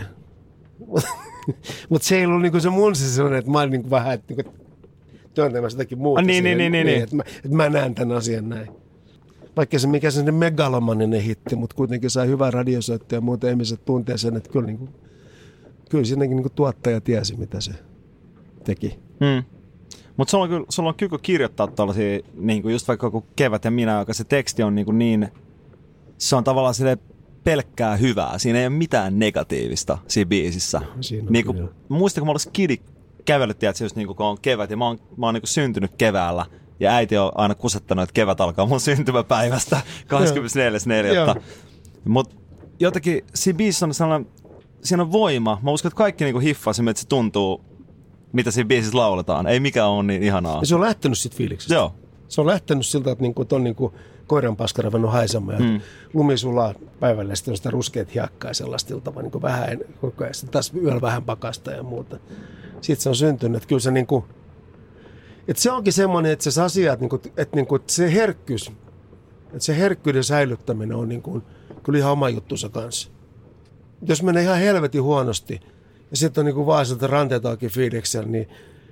Mutta se ei ollut niinku se mun sellainen, että mä olin niinku vähän, että niinku työntämässä jotakin muuta. Niin. Että mä näen tämän asian näin. Vaikka se mikä se megalomaninen hitti, mutta kuitenkin sai hyvää radiosoittoa ja muuten ihmiset tuntee sen, että kyllä siinäkin niinku tuottaja tiesi, mitä se teki. Mutta sulla on kyky kirjoittaa tuollaisia, niinku just vaikka joku Kevät ja minä, joka se teksti on niin, se on tavallaan silleen pelkkää hyvää. Siinä ei ole mitään negatiivista siinä biisissä. Niinku, muistan, kun mä olin skidi kävellyt, tiedätkö, just niinku, kun on kevät ja mä oon niinku syntynyt keväällä ja äiti on aina kusettanut, että kevät alkaa mun syntymäpäivästä 24.4. Mutta jotenkin siinä biisissä on sellainen, siinä on voima. Mä uskon, että kaikki niinku hiffaa sen, että se tuntuu, mitä siinä biisissä lauletaan. Ei mikään ole niin ihanaa. Ja se on lähtenyt sit fiiliksestä. Joo. Se on lähtenyt siltä, että niinku, ton niinku koiran paska ruvennut haisemaan. Lumi sulaa päivällä, sitten on sitä ruskeat hiekkaa ja sellaista iltavaa niin vähän koko ajan. Sitten taas yöllä vähän pakasta ja muuta. Sitten se on syntynyt, että kyllä se niinku, että se onkin semmoinen, että se asia, että se herkkyys, että se herkkyyden säilyttäminen on niinku, kyllä ihan oma juttunsa kanssa. Jos menee ihan helvetin huonosti ja sitten on niinku vaan sieltä ranteetaakin fiiliksellä, niin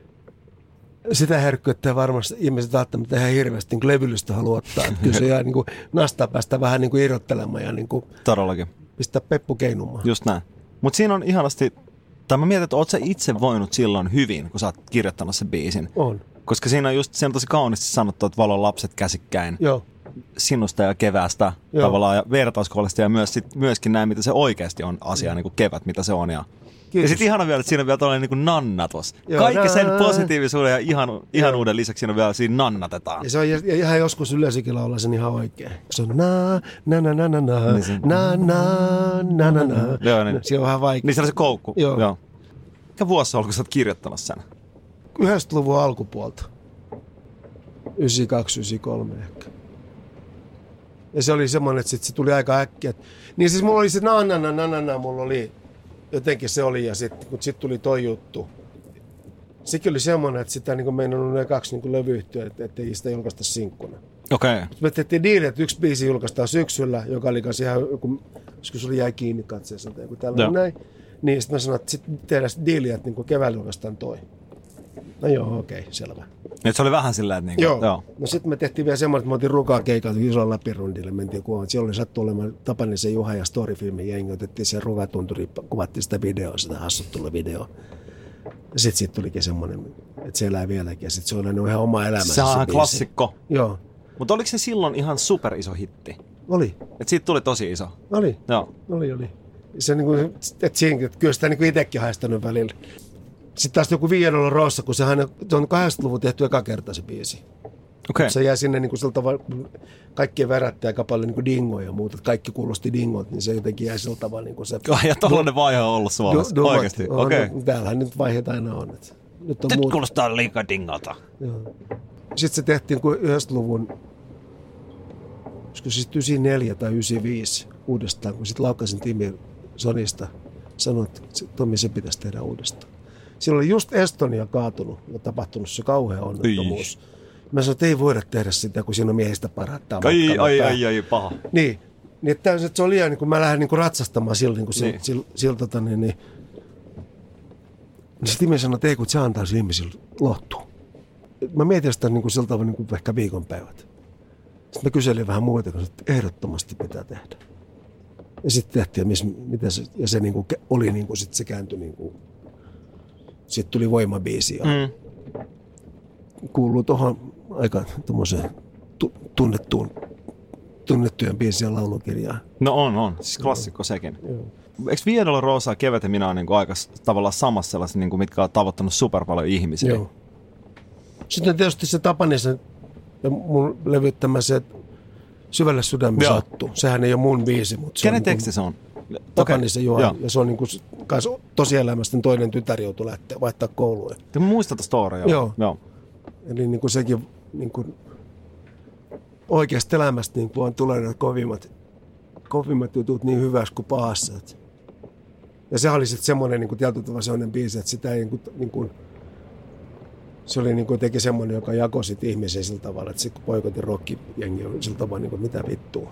sitä herkkyyttä varmasti ihmiset välttämättä ihan hirveästi niin levyllistä haluaa ottaa. Että kyllä se jää niin nastaa päästä vähän niin irrottelemaan ja niin todellakin pistää peppu keinumaan. Just näin. Mutta siinä on ihanasti, tai mä mietin, että oot sä itse voinut silloin hyvin, kun sä oot kirjoittanut sen biisin. On. Koska siinä on tosi kauniisti sanottu, että valon lapset käsikkäin. Joo. Sinusta ja keväästä tavallaan ja vertauskohdasta ja myöskin näin, mitä se oikeasti on asia, niin kuin kevät, mitä se on. Ja sitten ihana vielä, että siinä on vielä tällainen niin nanna tuossa. Kaikki sen positiivisuuden ja ihanuuden lisäksi siinä on vielä siinä nannatetaan. Ja se on ja ihan joskus yleensäkin laulaa sen ihan oikein. Se on na. Joo, niin. Se on vähän vaikea. Niin se on se koukku. Joo. Mikä vuosi on, kun sä oot kirjoittanut sen? 90-luvun alkupuolta. 92, 93 ehkä. Ja se oli semmoinen, että sit se tuli aika äkkiä. Niin siis mulla oli se na, mulla oli jotenkin se oli, ja sitten kun tuli toi juttu. Sekin oli semmoinen, että sitä niin meillä on ne kaksi niin levyyhtiöä, ettei sitä julkaista sinkkuna. Okei. Okay. Me tehtiin diili, että yksi biisi julkaistaan syksyllä, joka oli kanssa ihan joku, joskus oli jäi kiinni katseessa tai joku tällainen näin. Niin sitten mä sanoin, että sitten tehdään diiliä, että niin keväällä julkaistaan toi. No joo, okei, selvä. Et se oli vähän sillä, että niinku, joo. No sitten me tehtiin vielä semmoinen, että me otin Rukaa keikalta isolla läpirundille, mentiin kuvaan. Siellä oli sattu olemaan Tapanisen Juha ja Storyfilmin jengi, otettiin siellä Rukatunturi, kuvattiin sitä videoa, sitä hassuttelua videoa. Ja sitten siitä tulikin semmoinen, että se elää vieläkin ja sitten se on ihan oma elämänsä. Se on klassikko. Joo. Mutta oliko se silloin ihan super iso hitti? Oli. Että siitä tuli tosi iso? Oli. Joo. Oli. Se niinku, että kyllä sitä niinku itsekin haistanut välillä. Sitten taas joku Viianolla Rossa, kun se on 80-luvun tehty eka kerta se biisi. Okay. Se jäi sinne niin kuin siltä kaikkien värätti aika paljon niin kuin dingoja ja muuta. Kaikki kuulosti dingot, niin se jotenkin jäi siltä tavalla niin kuin se. Ja tollainen vaihe on ollut Suomessa oikeasti. Okay. No, täällähän nyt vaiheita aina on. Nyt kuulostaa liikaa dingota. Joo. Sitten se tehtiin 90-luvun, olisiko siis 94 tai 95 uudestaan, kun sitten Laukkasen Timi Sonista sanoi, että Tommi, se pitäisi tehdä uudestaan. Silloin oli just Estonia kaatunut ja tapahtunut se kauhea onnettomuus. Mä sanoin, että ei voida tehdä sitä, kun siinä on miehistä parattaa. Ai, paha. Niin että se oli liian, niin kun mä lähden niin ratsastamaan siltä, niin sitten Timi sanoi, että ei, kun se antaa ihmisille lohtua. Mä mietin sitä niin siltä niin ehkä viikonpäivät. Sitten mä kyselin vähän muuta, että ehdottomasti pitää tehdä. Ja sitten tehtiin, mitä se, ja se niin kuin oli, niin kuin sitten se kääntyi niin kuin. Sitten tuli Voimabiisi ja kuuluu tuohon aika tuommoiseen tunnettuun tunnettujen biisien laulukirjaa. No on. Siis klassikko sekin. Eikö Via Dolorosa ja Kevet ja minä on niinku aika tavallaan samassa sellaisia, niinku, mitkä on tavoittanut super paljon ihmisiä? Joo. Sitten tietysti se Tapanisen ja mun levyttämä se Syvälle sydämi sattuu. Sehän ei ole mun biisi, mutta kenen teksti se on? Tapanisen Juha. Ja se on niinku tosielämästä toinen tytär joutui lähteä vaihtaa kouluun. Mä muistan tätä storia. Joo. Eli niinku sekin niinku oikeasta elämästä niinku on tulee ne kovimmat jutut niin hyvässä kuin pahassa. Ja se oli sitten semmoinen niinku tietyllä tavalla semmoinen biisi, että sitä ei niinku se oli niinku jotenkin semmoinen, joka jakoi sit ihmisiä sillä tavalla, että sitten kun poikotin rockijengi oli sillä tavalla niinku, mitä vittua.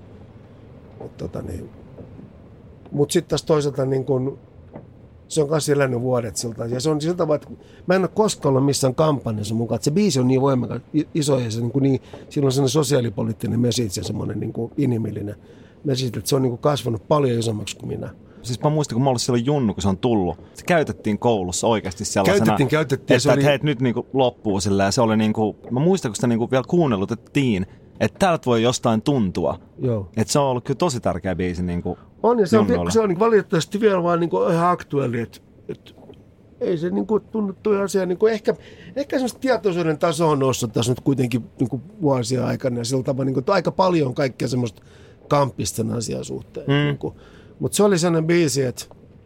Mutta sitten taas toisaalta niinku, se on kanssa elänyt vuodet siltä. Ja se on siltä tavalla, että mä en ole koskaan ollut missään kampanjassa mukaan. Että se biisi on niin voimakas, iso ja se niin, siinä on sellainen sosiaalipoliittinen message ja semmoinen niin inhimillinen message, että se on niin kasvanut paljon isommaksi kuin minä. Siis mä muistan, kun mä olin silloin junnu, kun se on tullut. Se käytettiin koulussa oikeasti sellaisena, käytettiin. Että oli... hei, nyt niinku loppuu silleen. Ja se oli niinku, mä muistan, kun sitä niinku vielä kuunnellutettiin, että täältä voi jostain tuntua. Joo. Että se on ollut kyllä tosi tärkeä biisi niinku on, ja se on niin valitettavasti vielä vaan niinku ihan aktuelli, että ei se niinku tunnettu asia. Niinku ehkä semmoista tietoisuuden taso on noussut tässä nyt kuitenkin niinku vuosia aikana. Ja sillä tavalla niinku, aika paljon on kaikkea semmoista kamppista sen asian suhteen. Niinku. Mutta se oli sellainen biisi, että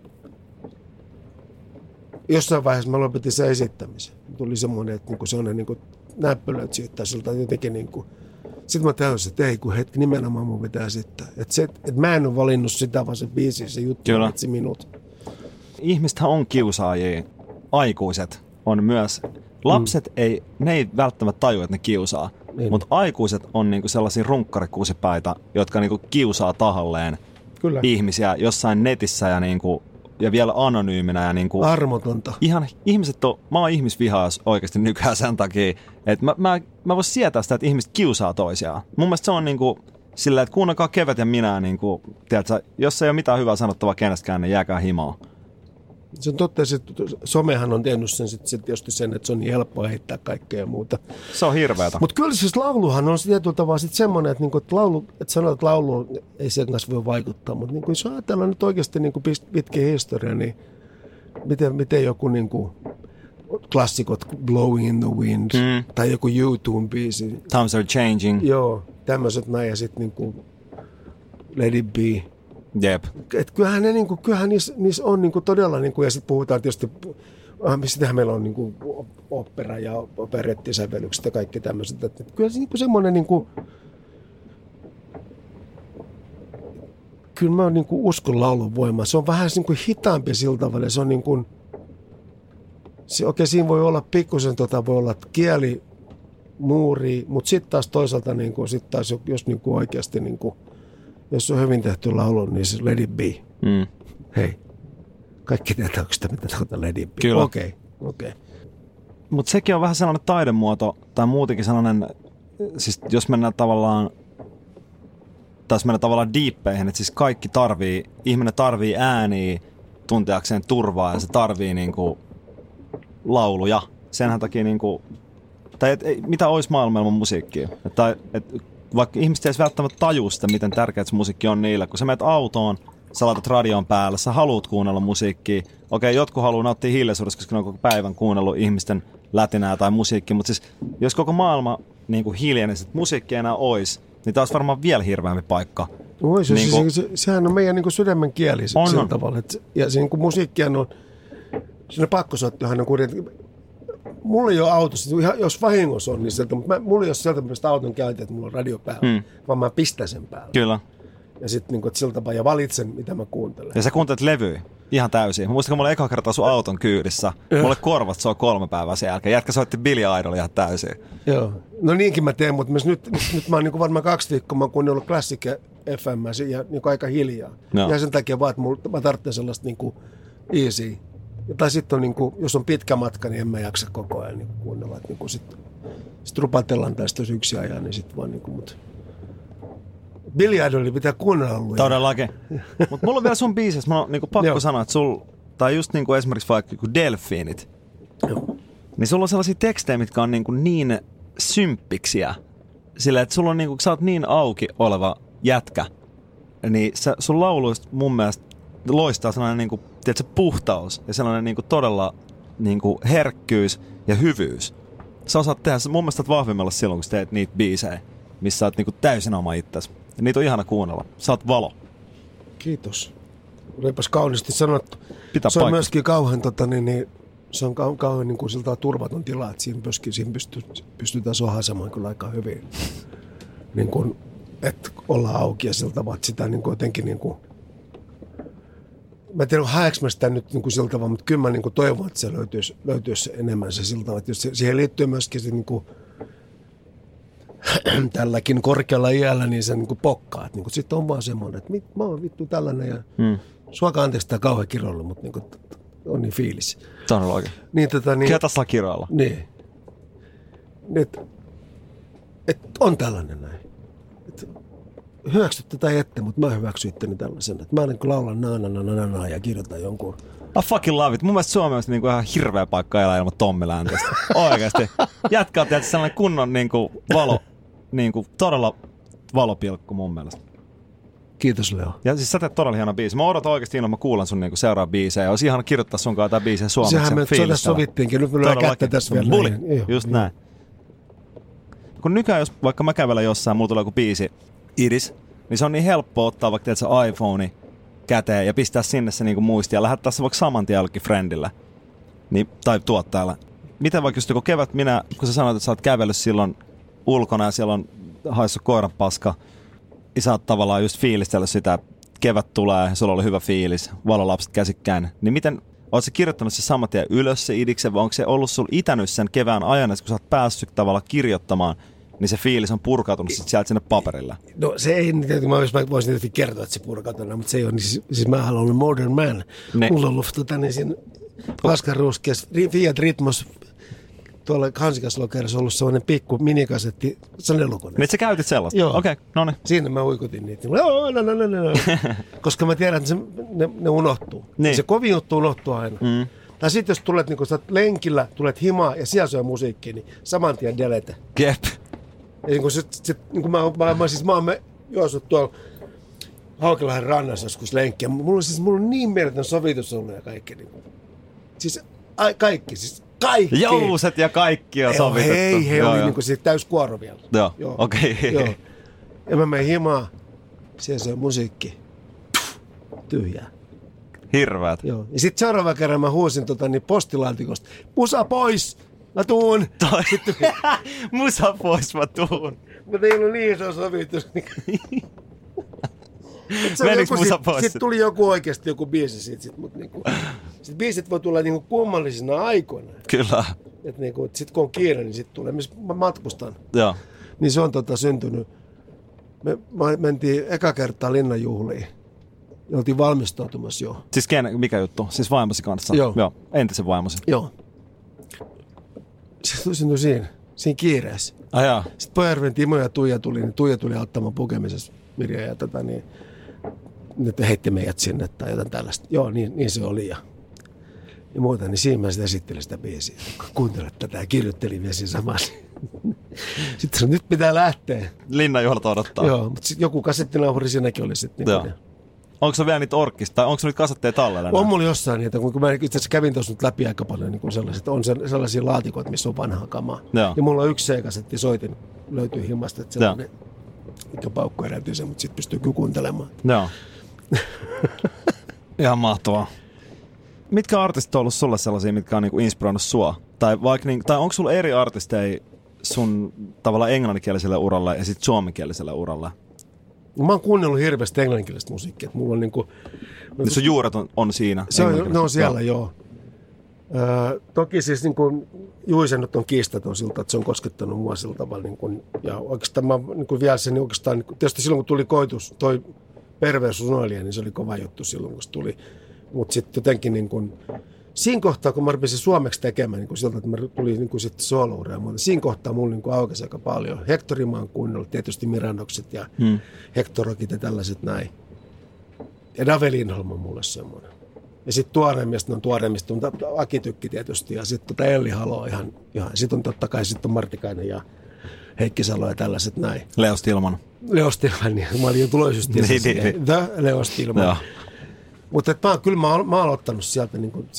jossain vaiheessa mä lopetin sen esittämisen. Tuli semmoinen, että niinku sellainen niinku näppylöt siitä siltä jotenkin niinku. Sitten mä täysin, että ei kun hetki, nimenomaan mun pitää esittää. Että mä en ole valinnut sitä, vaan se biisi, se juttu etsi minut. Ihmistähän on kiusaajia. Aikuiset on myös. Lapset ne ei välttämättä tajua, että ne kiusaa. Niin. Mutta aikuiset on niinku sellaisia runkkarikuusipäitä, jotka niinku kiusaa tahalleen. Kyllä. Ihmisiä jossain netissä ja vielä anonyyminä. Ja armotonta. Ihan mä oon ihmisvihaas oikeasti nykyään sen takia, että mä voisin sietää sitä, että ihmiset kiusaa toisiaan. Mun mielestä se on sillä, että kuunnelkaa Kevet ja minä, tiedätkö, jos ei ole mitään hyvää sanottavaa kenestäkään, niin jääkää himaa. Se on totta, että somehan on tehnyt sen tietysti sen, että se on niin helppoa heittää kaikkea ja muuta. Se on hirveätä. Mutta kyllä siis lauluhan on tietyllä tavalla semmoinen, että sanotaan, että laulu ei sen kanssa voi vaikuttaa. Mutta jos ajatellaan nyt oikeasti pitkä historia, niin miten joku klassikot Blowing in the Wind tai joku YouTube-biisi. Times are changing. Joo, tämmöiset näin ja sitten Let it be. Jep. Et kyllähän niissä on todella, ja sitten puhutaan tietysti, sitähän meillä on opera ja operettisävellykset ja kaikki tämmöiset. Et kyllä se semmoinen, kyllä mä uskon laulun voimaan. Se on vähän hitaampi sillä tavalla. Se on siinä voi olla pikkusen, voi olla kieli, muuri, mutta sitten taas toisaalta, sit taas, jos oikeasti, jos on hyvin tehty laulu, niin se Let it be. Hei, kaikki tietää, sitä mitä tarkoittaa Let it be. Kyllä. Okei. Mutta sekin on vähän sellainen taidemuoto, tai muutenkin sellainen, siis jos mennään tavallaan diippeihin, että siis ihminen tarvii ääniä tunteakseen turvaa, ja se tarvii lauluja. Senhän takia tai mitä olisi maailman musiikkia. Vaikka ihmiset ei edes välttämättä tajua sitä, miten tärkeää se musiikki on niille. Kun sä menet autoon, sä laitat radion päälle, sä haluat kuunnella musiikkia. Okei, jotkut haluaa nauttia hiljaisuudessa, koska ne on koko päivän kuunnellut ihmisten lätinää tai musiikkia. Mutta siis, jos koko maailma hiljenisi, että musiikki ei enää olisi, niin taas varmaan vielä hirveämpi paikka. Sehän on meidän sydämen kieli sillä tavalla. Ja se musiikkihan on, siinä pakkosoittohan on kuitenkin. Mulla ei ole autossa, jos vahingossa on, niin sieltä, mutta mulla ei ole sieltä mielestä auton käytä, että mulla on radio päällä, vaan mä pistän sen päälle. Kyllä. Ja sitten siltä tapaa, ja valitsen, mitä mä kuuntelen. Ja sä kuuntelet levyä ihan täysin. Mä muistan, kun mulla eka kertaa sun auton kyydissä, mulle korvat soi 3 päivää sen jälkeen. Jätkä soitti Billy Idol ihan täysin. Joo. No niinkin mä teen, mutta nyt mä oon varmaan 2 viikkoa, mä oon kuunnellut Classic FM ja aika hiljaa. No. Ja sen takia vaan, että mä tarvitsen sellaista easy. Tai sitten jos on pitkä matka, niin en mä jaksa koko ajan kuunnella. Sitten rupatellaan tästä, jos yksi ajan, niin sitten vaan mutta Billy Idol pitää kuunnella ollut. Todellakin. Mutta mulla on vielä sun biisissä, mä oon pakko sanoa, että tai just esimerkiksi vaikka Delfiinit, niin sulla on sellaisia tekstejä, mitkä on niin symppiksiä. silleen, että sulla on niinku, sä oot niin auki oleva jätkä, niin sun lauluista mun mielestä loistaa sellainen niinku, tiedätkö, puhtaus ja sellainen niinku todella niinku herkkyys ja hyvyys. Sä osaat tehdä, mun mielestä oot vahvimmalla silloin, kun sä teet niitä biisejä, missä sä oot niinku täysin oma itsesi. Ja niitä on ihana kuunnella. Sä oot valo. Kiitos. Olipas kauniisti sanottu. Pitää se on paikka. myöskin kauhean, se on kauhean niin kuin siltä turvaton tila, että siinä pystytään sohaisemaan kyllä aika hyvin. Niin kuin, että ollaan auki ja siltä vaan, että sitä niin kuin jotenkin niin kuin, mä en tiedä, haeks mä sitä nyt niin kuin siltä vaan, mutta kyllä mä niin kuin toivon, että se löytyisi enemmän se siltä vaan, että siihen liittyy myöskin se niin kuin, tälläkin korkealla iällä, niin se niin kuin pokkaa. Niin sitten on vaan semmoinen, että mä oon vittu tällainen ja suokaa anteeksi tämä kauhean kiroilu, mutta niin kuin, on niin fiilis. Todella oikein. Niin, Ketä saa kiroilla? Niin. Et on tällainen näin. Hyväksytte tai ette, mutta mä hyväksyn itteni tällaisen. Että mä niin kuin laulan na ja kirjoitan jonkun. I fucking love it. Mun mielestä Suomi on niinku ihan hirveä paikka elää ilman Tommi Läntestä. Oikeesti. Jätkä on sellainen kunnon niinku valo, niinku todella valopilkku mun mielestä. Kiitos Leo. Ja siis sä teet todella hieno biisi. Mä odotan oikeesti innolla, mä kuulen sun niinku seuraava biisejä. Olisi ihana kirjoittaa sunkaan tää biisejä suomeksi. Sehän me tässä sovittiinkin. Nyt me löydään kättä tässä vielä. Buli. Just näin. Kun nykyään, jos vaikka mä kävelen jossain, mulla tulee joku biisi, Iris, niin se on niin helppo ottaa vaikka se iPhone käteen ja pistää sinne se niinku muistia ja lähettää se vaikka saman tien jollekin friendille niin, tai tuottajalle. Miten vaikka just joku kevät kun sä sanoit, että sä oot kävellyt silloin ulkona ja siellä on haissut koiran paska, niin sä oot tavallaan just fiilistellyt sitä, kevät tulee, sulla oli hyvä fiilis, valolapset käsikkäin, niin miten, oot sä kirjoittanut se saman tien ylös se idiksen, vai onko se ollut sulla itänyt sen kevään ajan, että kun sä oot päässyt tavallaan kirjoittamaan, niin se fiilis on purkautunut sieltä sinne paperille? No se ei, mä voisin tietysti kertoa, että se purkautunut, mutta se ei ole, siis mä haluan olla modern man. Mulla on ollut siinä paskaruuskeessa Fiat Ritmos tuolla Hansikaslokerissa ollut sellainen pikku minikasetti sanelukone. Niin sä käytit sellaista? Joo. Okei, no niin. Siinä mä uikutin niitä. Koska mä tiedän, että ne unohtuu. Niin. Se kovin juttu unohtuu aina. Tai sitten jos tulet niin sä lenkillä, tulet himaa ja siellä syö musiikkia, niin saman tien delete. Jep. Ja niin kuin mä oon juossut tuolla Haukelahden rannassa joskus lenkkiä. Mulla on niin mieletön sovitus ollut ja kaikki. Niin kaikki. Jouset ja kaikki on sovitettu. Hei, oli niin kuin täyskuoro vielä. Joo. Okei. Joo. Ja mä menen himaan, siellä se on musiikki. Tyhjää. Hirveät. Joo. Ja sitten seuraava kerran mä huusin postilaatikosta, musa pois, mä tuun. Musa pois, mä tuun. Mutta ei ollut niin iso sovitus. Menikö musa pois? Sitten tuli oikeasti joku biisi siitä. Mutta niinku, sit biisit voi tulla niinku kummallisina aikoina. Kyllä. Että niinku, sitten kun on kiire, niin sitten tulee. Mä matkustan. Joo. Niin se on syntynyt. Me mentiin eka kertaa Linnanjuhliin. Ja oltiin valmistautumassa jo. Siis mikä juttu? Siis vaimosi kanssa? Joo. Entisen vaimosi? Joo. Se syntyi siinä kiireessä. Jaa. Sitten Pojärven Timo ja Tuija tuli, niin Tuija tuli auttamaan pukemisessa Mirja ja nyt heitti meidät sinne tai jotain tällaista. Joo, niin se oli ja muuta, niin siinä mä sitten esittelin sitä biisiä. Kuuntele tätä ja kirjoittelin vielä siinä samassa. Sitten sanoi, nyt pitää lähteä. Linnanjuhlat odottaa. Joo, mutta sitten joku kasettinauhuri siinäkin oli sitten. Joo. Onko se vielä niitä orkkista, tai onko se nyt kasetteja tallella? On mulla jossain niitä, kun mä itse asiassa kävin tuossa nyt läpi aika paljon, niin sellaiset, on sellaisia laatikoita, missä on vanhaa kamaa. Joo. Ja mulla on yksi C-kasetti soitin, löytyy himasta, että sellainen, mikä paukku eräytyy sen, mutta sitten pystyy kyllä kuuntelemaan. Joo. Ihan mahtavaa. Mitkä artistit on ollut sulle sellaisia, mitkä on niinku inspiroinut sua? Tai onko sulla eri artisteja sun tavallaan englanninkieliselle uralle ja sitten suomenkieliselle uralle? Mä oon kuunnellut hirveästi englanninkielistä musiikkia. Mulla on niinku... Sun juuret on siinä? Ne on siellä, joo. Toki siis niinku Juisen nyt on kiistaton siltä, että se on koskettanut mua sillä tavalla. Niinku, ja oikeastaan mä niinku vielä sen oikeastaan... Tietysti silloin kun tuli koitus, toi Perversus Noelia, niin se oli kova juttu silloin kun se tuli. Mutta sitten jotenkin niinku... Siinä kohtaa, kun mä rupesin suomeksi tekemään niin siltä, että mä tulin niin sitten sooloureja, siinä kohtaa mulla niin aukesi aika paljon. Hectorin mä oon kuunnellut, tietysti Mirandokset ja Hectorokit ja tällaiset näin. Ja Dave Lindholm on mulle semmoinen. Ja sitten tuoreimmista on Aki Tykki tietysti ja sitten Elli Halo ihan. Sitten on totta kai sitten Martikainen ja Heikki Salo ja tällaiset näin. Leo Stilman. Leo Stilman, niin mä olin jo tulossa just niin. The Leo Stilman. Mutta mä oon aloittanut sieltä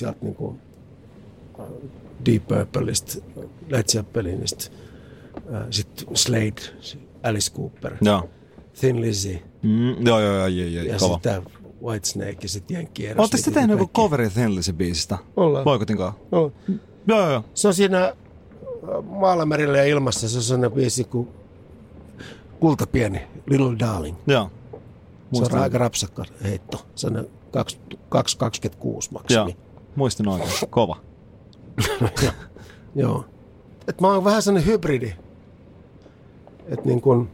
Deep Purpleista, Led Zeppelinistä, sitten Slade, Alice Cooper, Thin Lizzy. Joo. Ja kova. sitten Whitesnake ja sitten Jenkki Eros. Oletteko te tehnyt joku coveri Thin Lizzy-biisistä? Ollaan. Boikotinkaan? Ollaan. Joo. Se on siinä Maalla, merillä ja ilmassa. Se on sellainen biisi kuin Kultapieni, Little Darling. Joo. Se on aika rapsakka heitto. Se on 2,26 maksimi. Joo. Muistin oikein. Kova. Joo. Et mä oon vähän sellainen hybridi. Et niin kun,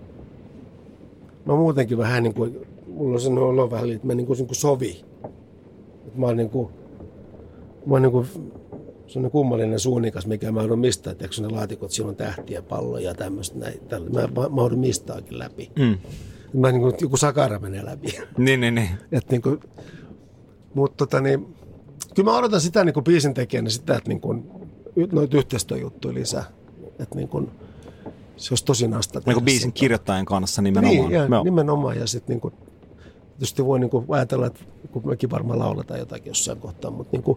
mä muutenkin vähän niin kuin, mulla on sellainen olo vähän, että mä niin kuin sovi. Et mä oon niin kuin sellainen kummallinen suunnikas, mikä mä oon mistään. Että ne laatikot, siellä on tähtiä, palloja ja tämmöistä näin. Mä oon mistaakin läpi. Mä niin kuin joku sakara menee läpi. Niin. Et niin kuin, mutta kyllä mä odotan sitä niin kuin biisin tekijänä sitä, että niin kuin, noita yhteistyöjuttuja lisää. Että niin kuin, se olisi tosi nasta. Niin kuin biisin kirjoittajan kanssa nimenomaan. Niin, nimenomaan. Ja sitten niin kuin, tietysti voi niin kuin ajatella, että kun mekin varmaan lauletaan jotakin jossain kohtaa, mutta niin kuin,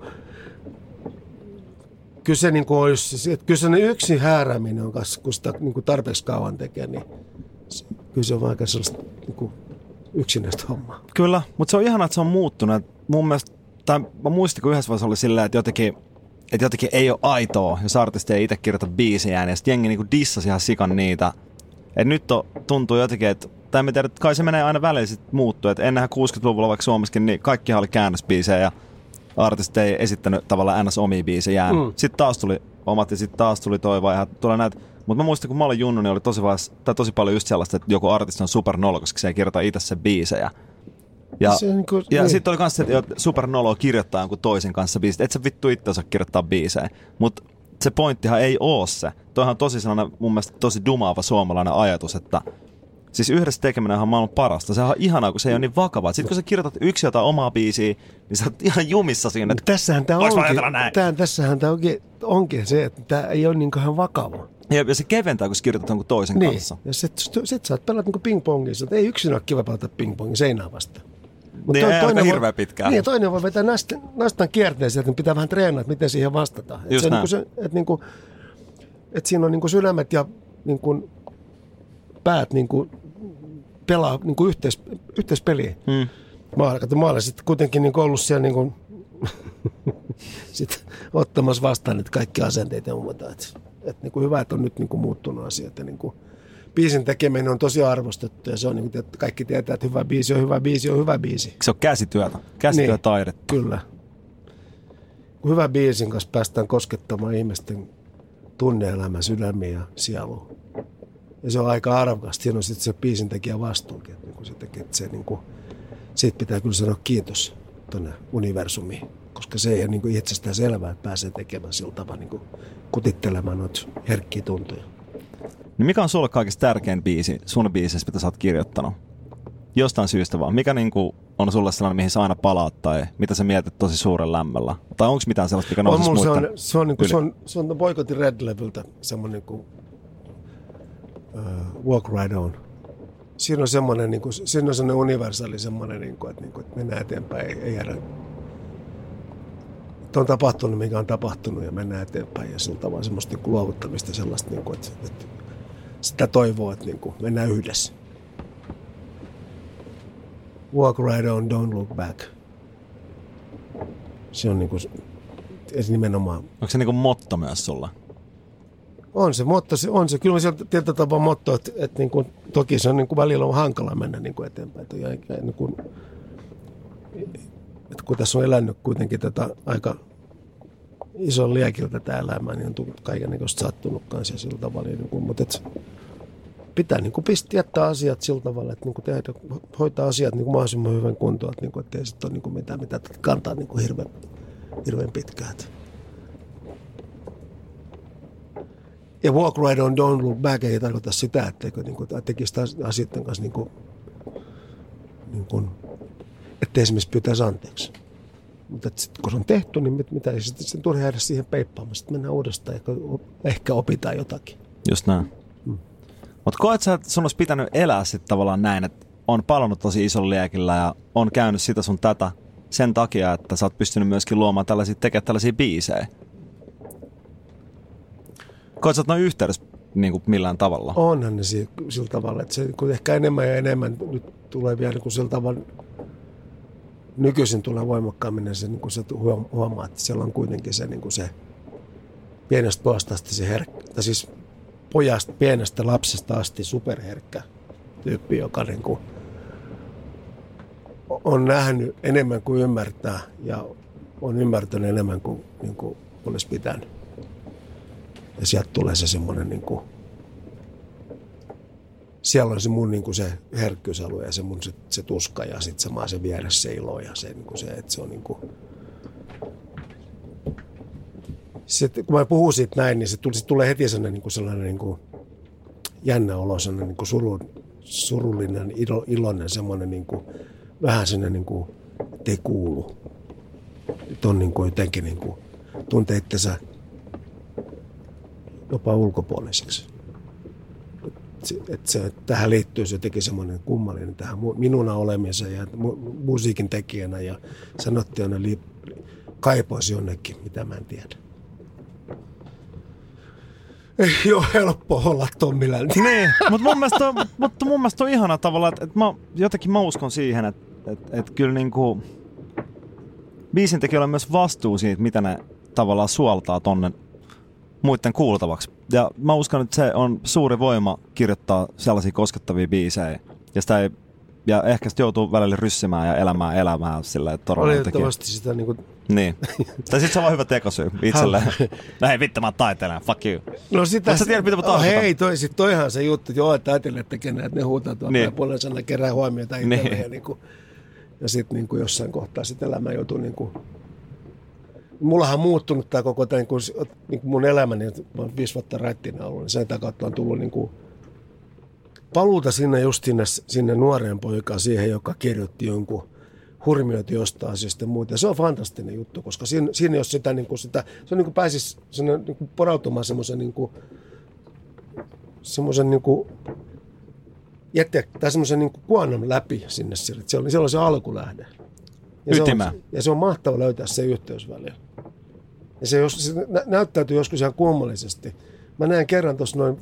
kyllä se niin kuin olisi, että kyllä se yksin häärääminen on kanssa, kun sitä niin kuin tarpeeksi kauan tekee, niin kyllä se on aika sellaista niin kuin yksinäistä hommaa. Kyllä, mutta se on ihanaa, että se on muuttunut. Mun mielestä, tai mä muistin, kun yhdessä vaiheessa oli silleen, että jotenkin ei ole aitoa, jos artisti ei itse kirjoita biisejään, ja sitten jengi niinku dissasi ihan sikan niitä. Et nyt tuntuu jotenkin, että kai se menee aina väliin sit muuttuu, että ennenhän 60-luvulla vaikka Suomessakin, niin kaikkihan oli käännösbiisejä, ja artistit ei esittänyt tavallaan ns. Omia biisejään. Sitten taas tuli omat, ja sitten taas tuli toi vaihe, tulee näitä. Mutta mä muistan, kun mä olin junnu, niin oli tosi paljon just sellaista, että joku artisti on supernolo, koska se ei kirjoita itse sen biisejä. Ja sitten oli myös se, että supernolo kirjoittaa jonkun toisen kanssa biisit. Et sä vittu itse osaa kirjoittaa biisejä. Mutta se pointtihan ei oo se. Toihan on tosi sellainen, mun mielestä tosi dumaava suomalainen ajatus, että siis yhdessä tekeminen on maailman parasta. Se on ihanaa, kun se ei ole niin vakavaa. Sitten kun sä kirjoitat yksi jotain omaa biisiä, niin sä oot ihan jumissa siinä. Tässähän tämä onkin se, että tämä ei ole niin kauhean vakava. Ja se keventää, kun sä kirjoitat jonkun toisen kanssa. Ja sit sä oot pelata niin ping-pongia. Ei yksin ole kiva pelata ping-pongia seinää vastaan. Niin ei aika hirveän pitkään. Niin, toinen voi vetää nastan kierteeseen, että pitää vähän treenaa, että miten siihen vastataan. Että siinä on niin kuin sydämet ja niin kuin päät niin kuin pelaa niin kuin yhteispeliä. Mä olen sitten kuitenkin niin kuin ollut siellä niin kuin sit ottamassa vastaan että kaikki asenteet ja muuta. Että niin kuin hyvä, että on nyt niin kuin muuttunut asiat. Ja niin kuin biisin tekeminen on tosi arvostettu ja se on niin kuin, että kaikki tietää, että hyvä biisi on hyvä biisi on hyvä biisi. Se on käsityötaidetta. Niin, kyllä. Kun hyvä biisin kanssa päästään koskettamaan ihmisten tunne-elämän, sydämiä ja sielua. Ja se on aika arvokasta. Siinä on sitten se biisin tekijä vastuukin. Että niin se tekee, että se, niin kuin, siitä pitää kyllä sanoa kiitos tuonne universumiin. Koska se ei ole niin kuin itsestään selvää, että pääsee tekemään sillä tavalla niin kuin kutittelemaan noita herkkiä tuntoja. Niin mikä on sulle kaikista tärkein biisi sun biisissä, mitä sä oot kirjoittanut? Jostain syystä vaan. Mikä niinku on sulle sellainen, mihin sä aina palaat tai mitä sä mietit tosi suuren lämmöllä? Tai onko mitään sellaista, mikä nousisi muiden se on Boycottin Red-levyltä semmoinen kuin Walk Right On. Siinä on semmoinen, niin kuin, siinä on semmoinen universaali semmoinen, niin kuin, että mennään eteenpäin, ei jäädä. Että on tapahtunut, mikä on tapahtunut ja mennään eteenpäin ja sillä tavalla semmoista niin kuin luovuttamista sellaista, niin kuin, että sitä toivoo, että niin kuin, mennään yhdessä. Walk right on, don't look back. Se on niinku nimenomaan. Onko se niinku motto myös sulla? On se motto, on se. Kyllä on sieltä tietyllä tapaa motto, että niinku, toki se on niinku välillä on hankala mennä niinku eteenpäin. Että kun tässä on elänyt kuitenkin tätä aika ison liekiltä tämä elämä, niin on tullut kaikennäköistä sattunut kanssa sillä tavalla. Niinku, mutta pitää niinku jättää asiat sillä tavalla, että niinku tehdä, hoitaa asiat niinku mahdollisimman hyvän kuntoon, että niinku, ei sitten ole niinku mitään, mitä kantaa niinku hirveän pitkään. Ja walk right on, don't look back ei tarkoita sitä, etteikö niinku, tekisi asioiden kanssa niinku, ettei esimerkiksi pyytäisi anteeksi. Mutta kun se on tehty, niin mitä ei sitten turha jäädä siihen peippaamaan. Sitten mennään uudestaan ja ehkä opitaan jotakin. Just näin. Mutta koet sä, että sun olisi pitänyt elää sitten tavallaan näin, että on palannut tosi isolla liekillä ja on käynyt sitä sun tätä sen takia, että sä oot pystynyt myöskin luomaan tekemään tällaisia biisejä? Koet sä, että ne on yhteydessä niin kuin millään tavalla? Onhan ne sillä tavalla, että se kun ehkä enemmän ja enemmän nyt tulee vielä niin kuin sillä tavalla, nykyisin tulee voimakkaammin, se, niin kuin se huomaa, että siellä on kuitenkin se, niin kuin se pienestä pojasta asti se herkkä, siis pojasta, pienestä lapsesta asti superherkkä tyyppi, joka niin kuin on nähnyt enemmän kuin ymmärtää ja on ymmärtänyt enemmän kuin, niin kuin olisi pitänyt. Ja sieltä tulee se semmoinen, niin kuin, siellä on se mun niin kuin se herkkyysalue ja se mun se tuska ja sitten samaa se vieressä se ilo ja se, niin kuin se että se on niin kuin, sitten, kun mä puhun siitä näin, niin se tulee heti sellainen niin kuin jännä olo, sellainen niin kuin surullinen, iloinen, semmoinen niin kuin, vähän sellainen, niin kuin, ettei kuulu. Nyt on niin kuin jotenkin niin kuin, tuntee itsensä jopa ulkopuoliseksi. Tähän liittyy jotenkin semmoinen kummallinen tähän minuna olemiseen ja musiikin tekijänä ja sanottiin aina kaipoisi jonnekin, mitä mä en tiedä. Ei ole helppo olla Tommilän. Niin, mutta mun mielestä on ihana tavalla, että mä uskon siihen, että kyllä niinku biisintekijöillä on myös vastuu siitä, mitä ne tavallaan suoltaa tonne muiden kuultavaksi. Ja mä uskon, että se on suuri voima kirjoittaa sellaisia koskettavia biisejä. Ja ehkä sitten joutuu välillä ryssimään ja elämään sillä, että valitettavasti sitä niinku... Niin. Tai sit se on vaan hyvä tekosyy itselleen. No hei vittu, mä oon taiteilija, fuck you. No sitä... Sä tiedät, mitä mä tarkoitan. Hei, toihan se juttu, että joo, että taiteilijat tekee näitä, että ne huutaa tuolta ja puolen sana kerää huomiota itselleen. Niin. Ja sit niinku jossain kohtaa sit elämä joutuu niinku... Mullahan on muuttunut tää koko tää niinku mun elämäni, mä oon 5 vuotta raittina ollut, niin sen kautta on tullut niinku... paluuta sinne nuoreen poikaan siihen, joka kirjoitti jonkun hurmioita jostain asiasta ja muuta. Ja se on fantastinen juttu, koska siinä jos sitä, niin kuin sitä se on niin kuin pääsisi niin kuin porautumaan semmoisen niin kuin tai semmoisen niin kuin kuonon läpi sinne. Siellä on se alkulähde. Ja se on mahtava löytää se yhteysväliä. Ja se näyttäytyy joskus ihan kummallisesti. Mä näin kerran tuossa noin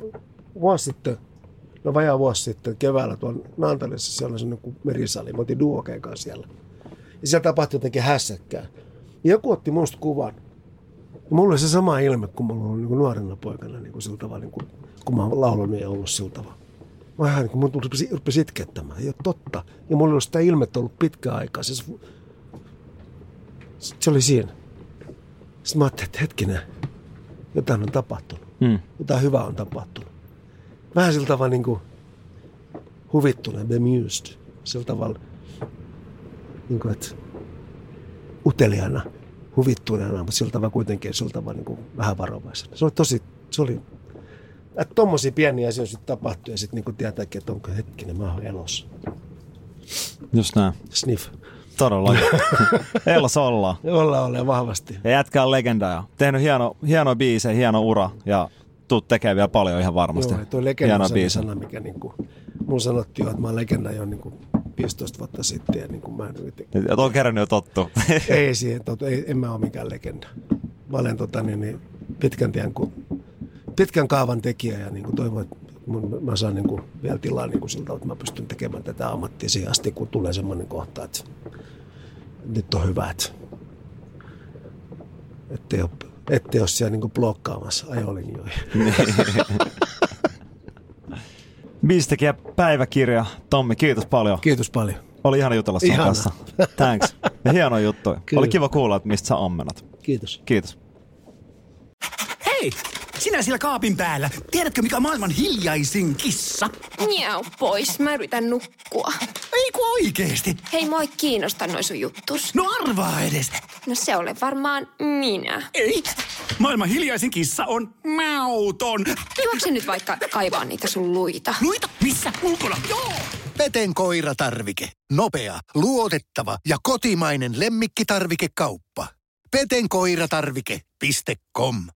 vajaa vuosi sitten keväällä tuolla Naantalissa, siellä oli sellainen merisali. Mä otin duokeen kanssa siellä. Ja siellä tapahtui jotenkin hässäkkää. Ja joku otti musta kuvan. Ja mulla oli se sama ilme, kun mulla oli niin nuorena poikana niin sillä tavalla, niin kun mä oon laulanut ja ollut sillä tavalla. Mä ihan niin mun rupesi itkettämään. Ei ole totta. Ja mulla oli sitä ilmettä ollut pitkään aikaa. Se oli siinä. Sitten mä ajattelin, että hetkinen, jotain on tapahtunut. Jotain hyvää on tapahtunut. Vähän sillä tavalla niin kuin huvittuneen, bemused. Sillä tavalla, niin kuin, että uteliaana, huvittuneena, mutta sillä tavalla kuitenkin sillä tavalla niin kuin vähän varovaisena. Se oli, että tommosia pieniä asioita sitten tapahtui ja sitten niin tietääkin, että onko hetkinen, mä oon elossa. Just näin. Sniff. Todella. Elossa ollaan. Ollaan vahvasti. Ja jätkä on legenda ja tehnyt hieno biisejä, hieno ura ja tuut tekemään vielä paljon ihan varmasti. Joo, tuo legenda on se sana, mikä niinku, mun sanottiin jo, että mä oon legenda jo niinku 15 vuotta sitten. Ja niinku mä ja tuon kerran jo tottu. Ei siihen, en mä ole mikään legenda. Mä olen pitkän kaavan tekijä ja niinku toivon, että mä saan niinku vielä tilaa niinku siltä, että mä pystyn tekemään tätä ammattia siihen asti, kun tulee semmoinen kohta, että nyt on hyvä, ettei ole siellä niinku blokkaamassa ajolinjoja. Biisitekijä päiväkirja. Tommi, kiitos paljon. Kiitos paljon. Oli ihana jutella sun kanssa. Thanks. Ja hienoja juttuja. Kyllä. Oli kiva kuulla, että mistä sä ammennat. Kiitos. Kiitos. Hei! Sinä siellä kaapin päällä. Tiedätkö, mikä on maailman hiljaisin kissa? Miau pois, mä yritän nukkua. Ei kun oikeesti. Hei, moi kiinnosta noi sun juttus. No arvaa edes. No se ole varmaan minä. Ei. Maailman hiljaisin kissa on mauton. Juokse nyt vaikka kaivaa niitä sun luita. Luita? Missä? Ulkona? Joo! Peten koiratarvike. Nopea, luotettava ja kotimainen lemmikkitarvikekauppa. petenkoiratarvike.com